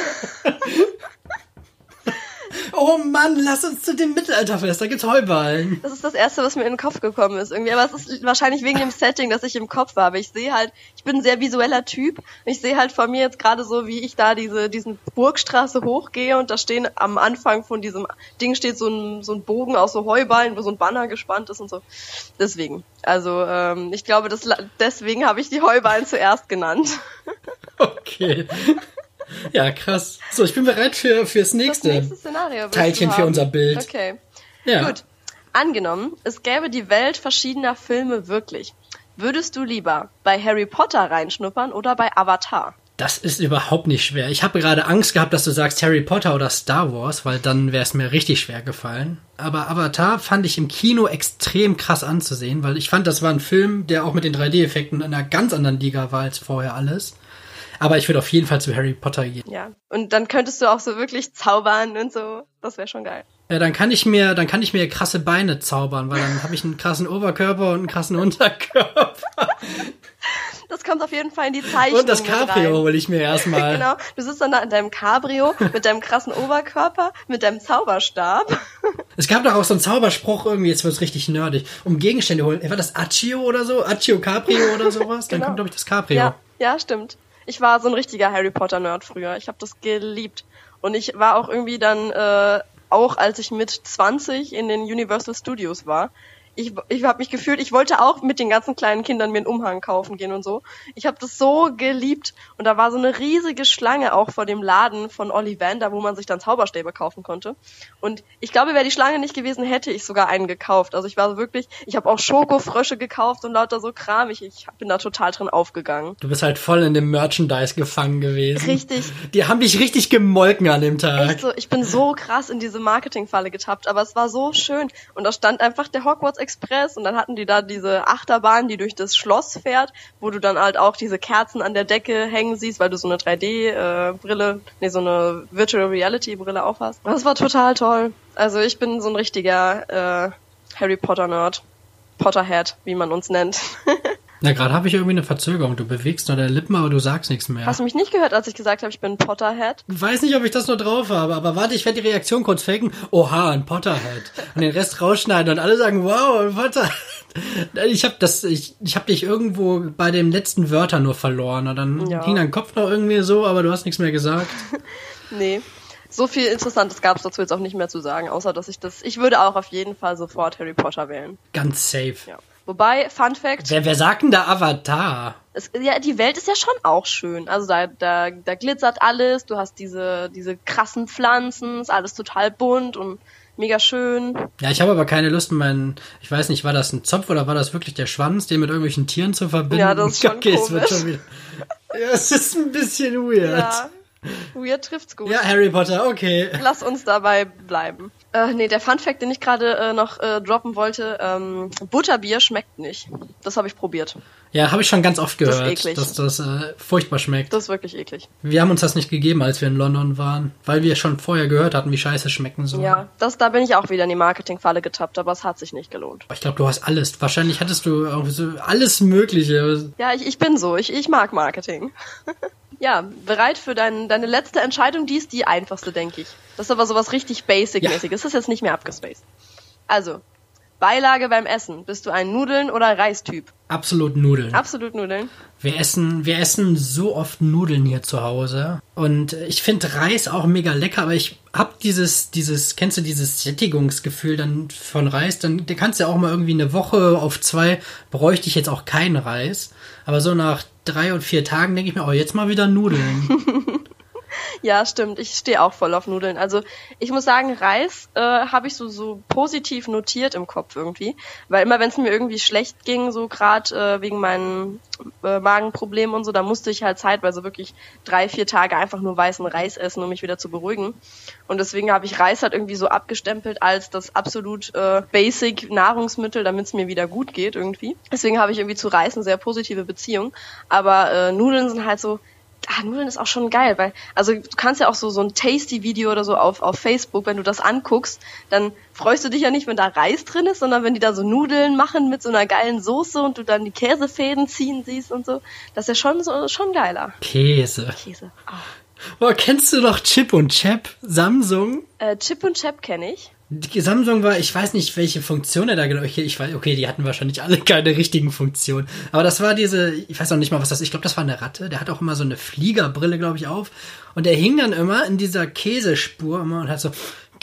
Oh Mann, lass uns zu dem Mittelalterfest, da gibt's Heuballen. Das ist das Erste, was mir in den Kopf gekommen ist irgendwie. Aber es ist wahrscheinlich wegen dem Setting, das ich im Kopf habe. Ich sehe halt, ich bin ein sehr visueller Typ. Ich sehe halt vor mir jetzt gerade so, wie ich da diese diesen Burgstraße hochgehe und da stehen am Anfang von diesem Ding steht so ein so ein Bogen aus so Heuballen, wo so ein Banner gespannt ist und so. Deswegen. Also ähm, ich glaube, das, deswegen habe ich die Heuballen zuerst genannt. Okay. Ja, krass. So, ich bin bereit für fürs nächste, das nächste Szenario Teilchen für unser Bild. Okay. Ja. Gut. Angenommen, es gäbe die Welt verschiedener Filme wirklich. Würdest du lieber bei Harry Potter reinschnuppern oder bei Avatar? Das ist überhaupt nicht schwer. Ich habe gerade Angst gehabt, dass du sagst Harry Potter oder Star Wars, weil dann wäre es mir richtig schwer gefallen. Aber Avatar fand ich im Kino extrem krass anzusehen, weil ich fand, das war ein Film, der auch mit den drei D-Effekten in einer ganz anderen Liga war als vorher alles. Aber ich würde auf jeden Fall zu Harry Potter gehen. Ja, und dann könntest du auch so wirklich zaubern und so. Das wäre schon geil. Ja, dann kann ich mir, dann kann ich mir krasse Beine zaubern, weil dann habe ich einen krassen Oberkörper und einen krassen Unterkörper. Das kommt auf jeden Fall in die Zeichnung. Und das Cabrio hole ich mir erstmal. Genau, du sitzt dann da in deinem Cabrio mit deinem krassen Oberkörper, mit deinem Zauberstab. Es gab doch auch so einen Zauberspruch irgendwie, jetzt wird's richtig nerdig. Um Gegenstände holen. War das Accio oder so? Accio Cabrio oder sowas? Dann Genau. kommt, glaube ich, das Cabrio. Ja, ja, stimmt. Ich war so ein richtiger Harry Potter-Nerd früher. Ich habe das geliebt. Und ich war auch irgendwie dann, äh, auch als ich mit zwanzig in den Universal Studios war, ich, ich habe mich gefühlt, ich wollte auch mit den ganzen kleinen Kindern mir einen Umhang kaufen gehen und so. Ich habe das so geliebt. Und da war so eine riesige Schlange auch vor dem Laden von Ollivander, wo man sich dann Zauberstäbe kaufen konnte. Und ich glaube, wäre die Schlange nicht gewesen, hätte ich sogar einen gekauft. Also ich war so wirklich, ich habe auch Schokofrösche gekauft und lauter so Kram. Ich, ich bin da total drin aufgegangen. Du bist halt voll in dem Merchandise gefangen gewesen. Richtig. Die haben dich richtig gemolken an dem Tag. Echt so, ich bin so krass in diese Marketingfalle getappt, aber es war so schön. Und da stand einfach der Hogwarts Express und dann hatten die da diese Achterbahn, die durch das Schloss fährt, wo du dann halt auch diese Kerzen an der Decke hängen siehst, weil du so eine drei D-Brille, nee, so eine Virtual Reality-Brille auf hast. Das war total toll. Also ich bin so ein richtiger äh, Harry Potter-Nerd. Potterhead, wie man uns nennt. Na, gerade habe ich irgendwie eine Verzögerung. Du bewegst nur deine Lippen, aber du sagst nichts mehr. Hast du mich nicht gehört, als ich gesagt habe, ich bin ein Potterhead? Ich weiß nicht, ob ich das nur drauf habe, aber warte, ich werde die Reaktion kurz faken. Oha, ein Potterhead. Und den Rest rausschneiden und alle sagen, wow, ein Potterhead. Ich habe das, ich, ich habe dich irgendwo bei den letzten Wörtern nur verloren. Und dann ja. ging dein Kopf noch irgendwie so, aber du hast nichts mehr gesagt. Nee. So viel Interessantes gab es dazu jetzt auch nicht mehr zu sagen, außer dass ich das, ich würde auch auf jeden Fall sofort Harry Potter wählen. Ganz safe. Ja. Wobei, Fun Fact. Wer, wer sagt denn da Avatar? Es, ja, die Welt ist ja schon auch schön. Also da, da, da glitzert alles, du hast diese, diese krassen Pflanzen, ist alles total bunt und mega schön. Ja, ich habe aber keine Lust, meinen, ich weiß nicht, war das ein Zopf oder war das wirklich der Schwanz, den mit irgendwelchen Tieren zu verbinden? Ja, das ist schon okay, komisch. es wird schon wieder. Ja, es ist ein bisschen weird. Ja. Weird trifft's gut. Ja, Harry Potter, okay. Lass uns dabei bleiben. Äh, nee, der Funfact, den ich gerade äh, noch äh, droppen wollte, ähm, Butterbier schmeckt nicht. Das habe ich probiert. Ja, habe ich schon ganz oft gehört, das ist eklig. dass das äh, furchtbar schmeckt. Das ist wirklich eklig. Wir haben uns das nicht gegeben, als wir in London waren, weil wir schon vorher gehört hatten, wie scheiße es schmecken soll. Ja, das, da bin ich auch wieder in die Marketingfalle getappt, aber es hat sich nicht gelohnt. Ich glaube, du hast alles. Wahrscheinlich hattest du irgendwie so alles Mögliche. Ja, ich, ich bin so. Ich, ich mag Marketing. Ja, bereit für dein, deine letzte Entscheidung? Die ist die einfachste, denke ich. Das ist aber sowas richtig Basic-mäßiges. Ja. Das ist jetzt nicht mehr abgespaced. Also, Beilage beim Essen. Bist du ein Nudeln- oder Reistyp? Absolut Nudeln. Absolut Nudeln. Wir essen, wir essen so oft Nudeln hier zu Hause. Und ich finde Reis auch mega lecker, aber ich hab dieses, dieses, kennst du dieses Sättigungsgefühl dann von Reis? Dann, dann kannst du ja auch mal irgendwie eine Woche auf zwei, bräuchte ich jetzt auch keinen Reis. Aber so nach drei und vier Tagen denke ich mir, oh, jetzt mal wieder Nudeln. Ja, stimmt. Ich stehe auch voll auf Nudeln. Also ich muss sagen, Reis äh, habe ich so so positiv notiert im Kopf irgendwie. Weil immer, wenn es mir irgendwie schlecht ging, so gerade äh, wegen meinen äh, Magenproblemen und so, da musste ich halt zeitweise wirklich drei, vier Tage einfach nur weißen Reis essen, um mich wieder zu beruhigen. Und deswegen habe ich Reis halt irgendwie so abgestempelt als das absolut äh, basic Nahrungsmittel, damit es mir wieder gut geht irgendwie. Deswegen habe ich irgendwie zu Reis eine sehr positive Beziehung. Aber äh, Nudeln sind halt so... Ah, Nudeln ist auch schon geil, weil, also du kannst ja auch so so ein Tasty-Video oder so auf auf Facebook, wenn du das anguckst, dann freust du dich ja nicht, wenn da Reis drin ist, sondern wenn die da so Nudeln machen mit so einer geilen Soße und du dann die Käsefäden ziehen siehst und so. Das ist ja schon so schon geiler. Käse. Käse. Oh. Boah, kennst du noch Chip und Chap? Samsung? Äh, Chip und Chap kenne ich. Die Samsung war, ich weiß nicht, welche Funktion er da genau, ich, ich weiß, okay, die hatten wahrscheinlich alle keine richtigen Funktionen, aber das war diese, ich weiß noch nicht mal, was das ist, ich glaube, das war eine Ratte, der hat auch immer so eine Fliegerbrille, glaube ich, auf und der hing dann immer in dieser Käsespur immer und hat so,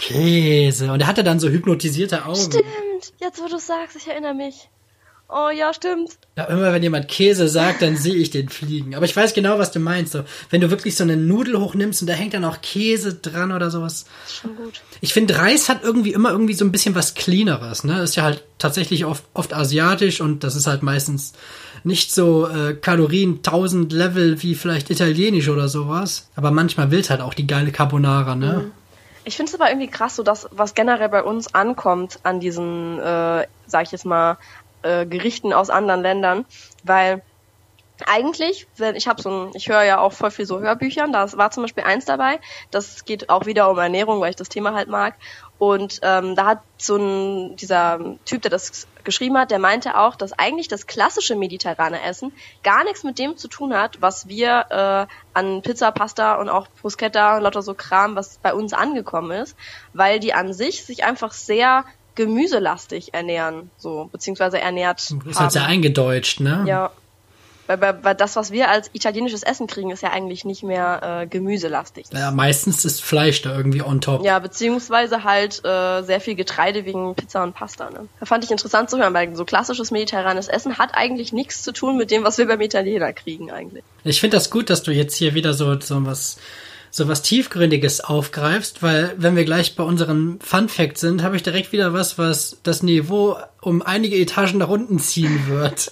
Käse, und er hatte dann so hypnotisierte Augen. Stimmt, jetzt wo du sagst, ich erinnere mich. Oh ja, stimmt. Ja, immer wenn jemand Käse sagt, dann sehe ich den fliegen. Aber ich weiß genau, was du meinst. So, wenn du wirklich so eine Nudel hochnimmst und da hängt dann auch Käse dran oder sowas. Das ist schon gut. Ich finde, Reis hat irgendwie immer irgendwie so ein bisschen was Cleaneres. Ne? Ist ja halt tatsächlich oft, oft asiatisch und das ist halt meistens nicht so äh, Kalorien tausend Level wie vielleicht italienisch oder sowas. Aber manchmal will's halt auch die geile Carbonara, ne? Mhm. Ich finde es aber irgendwie krass, so dass was generell bei uns ankommt an diesen, äh, sag ich jetzt mal, äh, Gerichten aus anderen Ländern, weil eigentlich, wenn ich habe so ein, ich höre ja auch voll viel so Hörbüchern, da war zum Beispiel eins dabei, das geht auch wieder um Ernährung, weil ich das Thema halt mag, und ähm, da hat so ein, dieser Typ, der das geschrieben hat, der meinte auch, dass eigentlich das klassische mediterrane Essen gar nichts mit dem zu tun hat, was wir äh, an Pizza, Pasta und auch Bruschetta und lauter so Kram, was bei uns angekommen ist, weil die an sich sich einfach sehr gemüselastig ernähren, so, beziehungsweise ernährt ist haben. halt sehr eingedeutscht, ne? Ja. Weil, weil, weil das, was wir als italienisches Essen kriegen, ist ja eigentlich nicht mehr äh, gemüselastig. Ja, meistens ist Fleisch da irgendwie on top. Ja, beziehungsweise halt äh, sehr viel Getreide wegen Pizza und Pasta. Ne? Da fand ich interessant zu hören, weil so klassisches mediterranes Essen hat eigentlich nichts zu tun mit dem, was wir beim Italiener kriegen eigentlich. Ich finde das gut, dass du jetzt hier wieder so, so was... so was Tiefgründiges aufgreifst, weil wenn wir gleich bei unseren Fun Facts sind, habe ich direkt wieder was, was das Niveau um einige Etagen nach unten ziehen wird.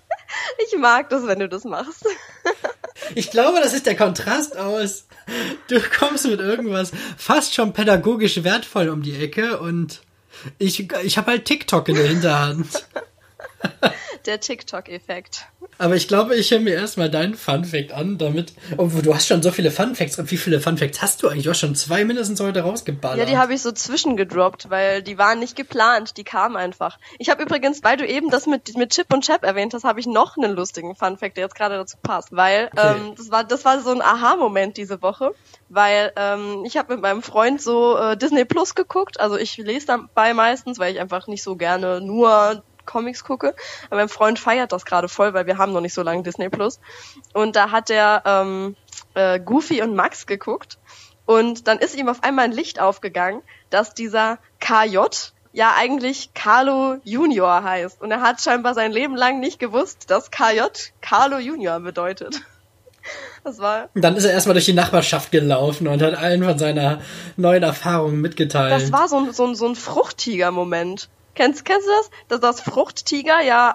Ich mag das, wenn du das machst. Ich glaube, das ist der Kontrast aus. Du kommst mit irgendwas fast schon pädagogisch wertvoll um die Ecke und ich, ich habe halt TikTok in der Hinterhand. Der TikTok-Effekt. Aber ich glaube, ich höre mir erstmal deinen Funfact an, damit... Oh, du hast schon so viele Funfacts. Wie viele Funfacts hast du eigentlich? Du hast schon zwei mindestens heute rausgeballert. Ja, die habe ich so zwischengedroppt, weil die waren nicht geplant. Die kamen einfach. Ich habe übrigens, weil du eben das mit mit Chip und Chap erwähnt hast, habe ich noch einen lustigen Funfact, der jetzt gerade dazu passt. Weil okay. ähm, das war das war so ein Aha-Moment diese Woche. Weil ähm, ich habe mit meinem Freund so äh, Disney Plus geguckt. Also ich lese dabei meistens, weil ich einfach nicht so gerne nur Comics gucke, aber mein Freund feiert das gerade voll, weil wir haben noch nicht so lange Disney Plus, und da hat er ähm, äh, Goofy und Max geguckt und dann ist ihm auf einmal ein Licht aufgegangen, dass dieser K J ja eigentlich Carlo Junior heißt, und er hat scheinbar sein Leben lang nicht gewusst, dass K J Carlo Junior bedeutet. Das war... Dann ist er erstmal durch die Nachbarschaft gelaufen und hat allen von seiner neuen Erfahrung mitgeteilt. Das war so ein, so ein, so ein Fruchttiger-Moment. Kennst, kennst du das? Dass das Fruchttiger ja auch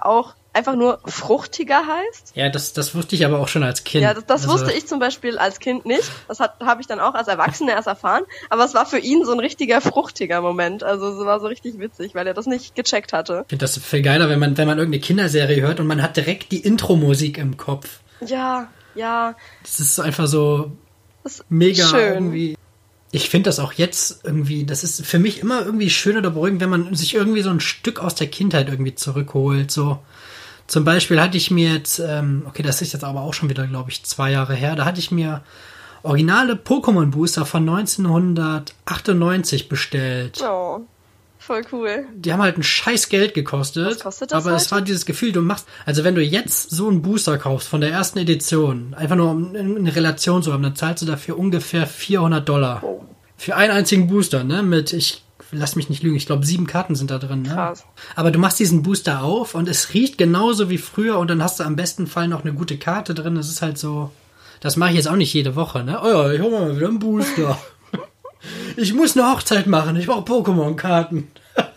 einfach nur fruchtiger heißt. Ja, das, das wusste ich aber auch schon als Kind. Ja, das, das also, wusste ich zum Beispiel als Kind nicht. Das hat habe ich dann auch als Erwachsene erst erfahren. Aber es war für ihn so ein richtiger fruchtiger Moment. Also es war so richtig witzig, weil er das nicht gecheckt hatte. Ich finde das viel geiler, wenn man, wenn man irgendeine Kinderserie hört und man hat direkt die Intro-Musik im Kopf. Ja, ja. Das ist einfach so das mega schön. Irgendwie. Ich finde das auch jetzt irgendwie, das ist für mich immer irgendwie schön oder beruhigend, wenn man sich irgendwie so ein Stück aus der Kindheit irgendwie zurückholt. So zum Beispiel hatte ich mir jetzt, ähm, okay, das ist jetzt aber auch schon wieder, glaube ich, zwei Jahre her, da hatte ich mir originale Pokémon-Booster von neunzehnhundertachtundneunzig bestellt. Oh, voll cool. Die haben halt ein scheiß Geld gekostet. Was kostet das aber heute? Es war dieses Gefühl, du machst, also wenn du jetzt so einen Booster kaufst von der ersten Edition, einfach nur um eine Relation zu haben, dann zahlst du dafür ungefähr vierhundert Dollar. Oh. Für einen einzigen Booster, ne, mit, ich lass mich nicht lügen, ich glaube sieben Karten sind da drin, ne? Krass. Aber du machst diesen Booster auf und es riecht genauso wie früher und dann hast du am besten Fall noch eine gute Karte drin. Das ist halt so, das mache ich jetzt auch nicht jede Woche, ne? Oh ja, ich hol mal wieder einen Booster. Ich muss eine Hochzeit machen, ich brauche Pokémon-Karten.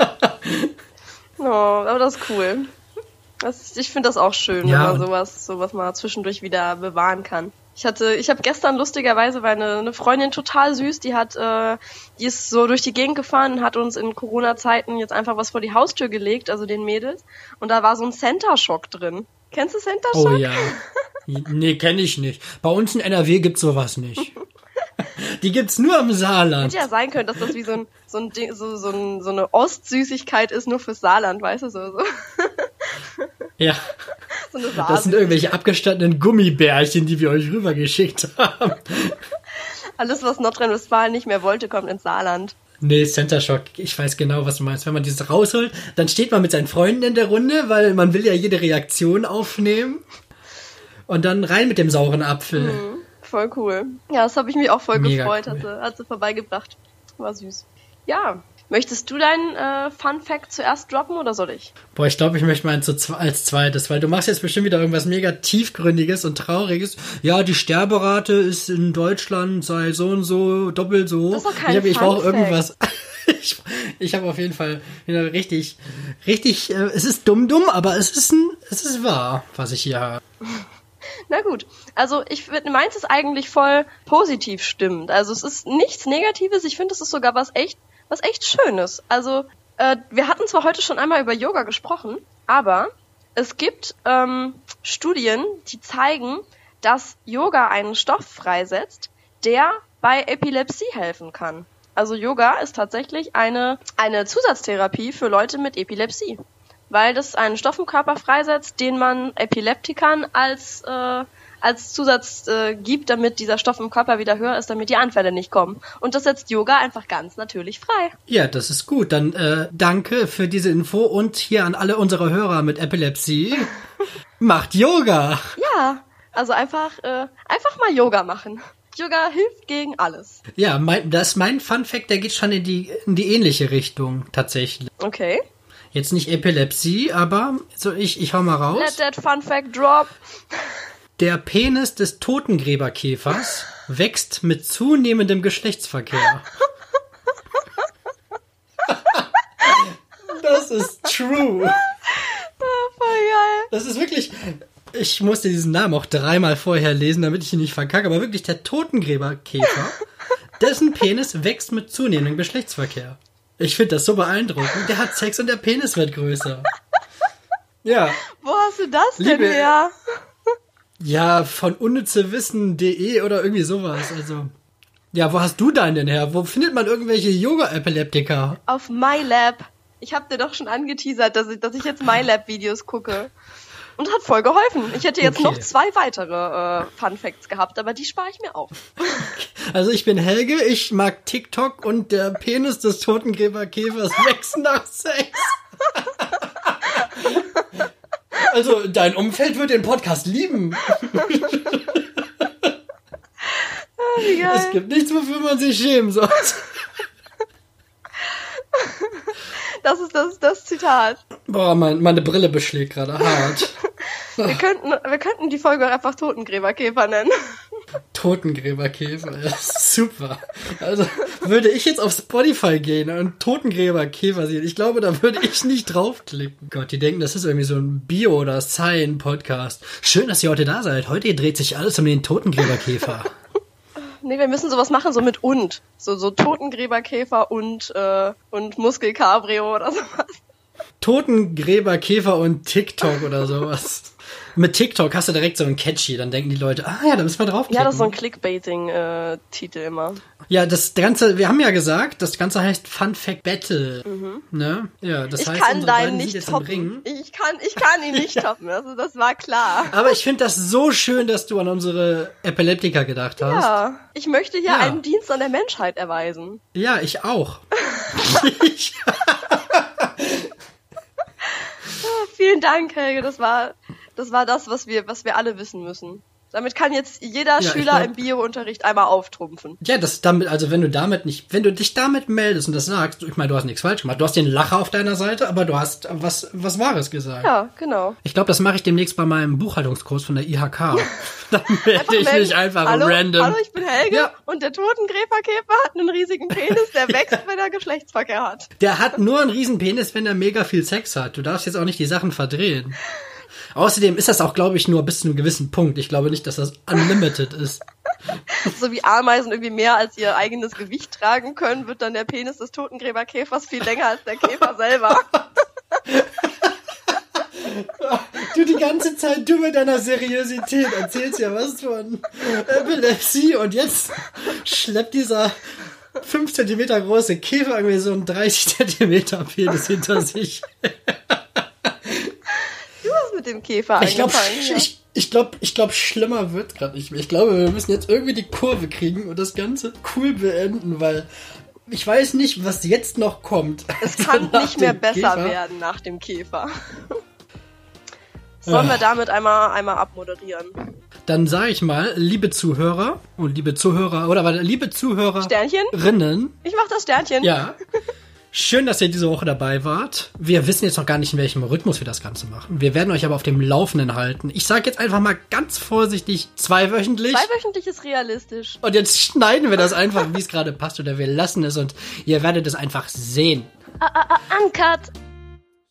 Oh, aber das ist cool. Das, ich finde das auch schön, Ja, wenn man und- sowas, sowas mal zwischendurch wieder bewahren kann. Ich hatte, ich habe gestern lustigerweise, weil eine, eine Freundin total süß, die hat, äh, die ist so durch die Gegend gefahren und hat uns in Corona-Zeiten jetzt einfach was vor die Haustür gelegt, also den Mädels. Und da war so ein Center-Shock drin. Kennst du Center-Shock? Oh ja. Nee, kenne ich nicht. Bei uns in N R W gibt's sowas nicht. Die gibt's nur im Saarland. Hätte ja sein können, dass das wie so ein, so ein Ding, so, so, ein, so eine Ostsüßigkeit ist, nur fürs Saarland, weißt du, so, so. Ja. so eine Das sind irgendwelche abgestandenen Gummibärchen, die wir euch rübergeschickt haben. Alles, was Nordrhein-Westfalen nicht mehr wollte, kommt ins Saarland. Nee, Center Shock. Ich weiß genau, was du meinst. Wenn man dieses rausholt, dann steht man mit seinen Freunden in der Runde, weil man will ja jede Reaktion aufnehmen. Und dann rein mit dem sauren Apfel. Mhm, voll cool. Ja, das habe ich mich auch voll Mega gefreut, cool. hat sie, hat sie vorbeigebracht. War süß. Ja, möchtest du deinen äh, Fun Fact zuerst droppen oder soll ich? Boah, ich glaube, ich möchte mal zu, als zweites, weil du machst jetzt bestimmt wieder irgendwas mega tiefgründiges und trauriges. Ja, die Sterberate ist in Deutschland sei so und so, doppelt so. Das ist doch kein ich hab, ich Fun brauche Fact. irgendwas. ich ich habe auf jeden Fall wieder richtig, richtig, äh, es ist dumm dumm, aber es ist ein, es ist wahr, was ich hier habe. Na gut, also ich finde, meins ist eigentlich voll positiv stimmend. Also es ist nichts Negatives, ich finde, es ist sogar was echt, was echt Schönes. Also äh, wir hatten zwar heute schon einmal über Yoga gesprochen, aber es gibt ähm, Studien, die zeigen, dass Yoga einen Stoff freisetzt, der bei Epilepsie helfen kann. Also Yoga ist tatsächlich eine, eine Zusatztherapie für Leute mit Epilepsie. Weil das einen Stoff im Körper freisetzt, den man Epileptikern als, äh, als Zusatz äh, gibt, damit dieser Stoff im Körper wieder höher ist, damit die Anfälle nicht kommen. Und das setzt Yoga einfach ganz natürlich frei. Ja, das ist gut. Dann äh, danke für diese Info und hier an alle unsere Hörer mit Epilepsie. Macht Yoga! Ja, also einfach, äh, einfach mal Yoga machen. Yoga hilft gegen alles. Ja, mein, das mein Fun Fact, der geht schon in die, in die ähnliche Richtung, tatsächlich. Okay. Jetzt nicht Epilepsie, aber so ich, ich hau mal raus. Let that fun fact drop. Der Penis des Totengräberkäfers wächst mit zunehmendem Geschlechtsverkehr. Das ist true. Ah, voll geil. Das ist wirklich... Ich musste diesen Namen auch dreimal vorher lesen, damit ich ihn nicht verkacke, aber wirklich der Totengräberkäfer, dessen Penis wächst mit zunehmendem Geschlechtsverkehr. Ich finde das so beeindruckend. Der hat Sex und der Penis wird größer. Ja. Wo hast du das denn Liebe- her? Ja, von unnützewissen punkt de oder irgendwie sowas. Also, ja, wo hast du deinen denn her? Wo findet man irgendwelche Yoga-Epileptiker? Auf MyLab. Ich hab dir doch schon angeteasert, dass ich, dass ich jetzt MyLab-Videos gucke. Und hat voll geholfen. Ich hätte jetzt Okay. noch zwei weitere äh, Fun Facts gehabt, aber die spare ich mir auf. Also ich bin Helge, ich mag TikTok und der Penis des Totengräberkäfers wächst nach Sex. Also dein Umfeld wird den Podcast lieben. Wie geil. Es gibt nichts, wofür man sich schämen sollte. Das ist das, das Zitat. Boah, mein, meine Brille beschlägt gerade hart. Wir könnten, wir könnten die Folge auch einfach Totengräberkäfer nennen. Totengräberkäfer, ja, super. Also würde ich jetzt auf Spotify gehen und Totengräberkäfer sehen, ich glaube, da würde ich nicht draufklicken. Gott, die denken, das ist irgendwie so ein Bio- oder Science-Podcast. Schön, dass ihr heute da seid. Heute dreht sich alles um den Totengräberkäfer. Nee, wir müssen sowas machen, so mit und. So, so Totengräberkäfer und, äh, und Muskelcabrio oder sowas. Totengräberkäfer und TikTok oder sowas. Mit TikTok hast du direkt so ein Catchy, dann denken die Leute, ah ja, da müssen wir draufklicken. Ja, das ist so ein Clickbaiting-Titel äh, immer. Ja, das Ganze, wir haben ja gesagt, das Ganze heißt Fun Fact Battle. Mhm. Ne? Ja, das ich heißt, kann unsere deinen beiden nicht sind jetzt toppen. im Ring. Ich kann, ich kann ihn nicht toppen, also das war klar. Aber ich finde das so schön, dass du an unsere Epileptiker gedacht hast. Ja, ich möchte hier ja. einen Dienst an der Menschheit erweisen. Ja, ich auch. ich Oh, vielen Dank, Helge, das war... Das war das, was wir, was wir alle wissen müssen. Damit kann jetzt jeder ja, Schüler glaub, im Bio-Unterricht einmal auftrumpfen. Ja, das damit, also wenn du damit nicht, wenn du dich damit meldest und das sagst, ich meine, du hast nichts falsch gemacht. Du hast den Lacher auf deiner Seite, aber du hast was, was Wahres gesagt. Ja, genau. Ich glaube, das mache ich demnächst bei meinem Buchhaltungskurs von der I H K. Dann melde ich mich einfach hallo, random. Hallo, ich bin Helge ja. und der Totengräberkäfer hat einen riesigen Penis, der wächst, wenn er Geschlechtsverkehr hat. Der hat nur einen riesen Penis, wenn er mega viel Sex hat. Du darfst jetzt auch nicht die Sachen verdrehen. Außerdem ist das auch, glaube ich, nur bis zu einem gewissen Punkt. Ich glaube nicht, dass das unlimited ist. So wie Ameisen irgendwie mehr als ihr eigenes Gewicht tragen können, wird dann der Penis des Totengräberkäfers viel länger als der Käfer selber. Du die ganze Zeit, du mit deiner Seriosität erzählst ja was von Epilepsie und jetzt schleppt dieser fünf Zentimeter große Käfer irgendwie so einen dreißig Zentimeter Penis hinter sich. Mit dem Käfer ich glaube, ja. ich, ich glaube, ich glaube, schlimmer wird gerade nicht mehr. Ich glaube, wir müssen jetzt irgendwie die Kurve kriegen und das Ganze cool beenden, weil ich weiß nicht, was jetzt noch kommt. Es kann nicht mehr besser Käfer. werden nach dem Käfer. Sollen wir damit einmal, einmal abmoderieren? Dann sage ich mal, liebe Zuhörer und liebe Zuhörer, oder warte, liebe Zuhörer. Sternchen? Rinnen. Ich mach das Sternchen. Ja. Schön, dass ihr diese Woche dabei wart. Wir wissen jetzt noch gar nicht, in welchem Rhythmus wir das Ganze machen. Wir werden euch aber auf dem Laufenden halten. Ich sage jetzt einfach mal ganz vorsichtig, zweiwöchentlich. Zweiwöchentlich ist realistisch. Und jetzt schneiden wir das einfach, wie es gerade passt, oder wir lassen es und ihr werdet es einfach sehen. Ah, ah, ah, uncut.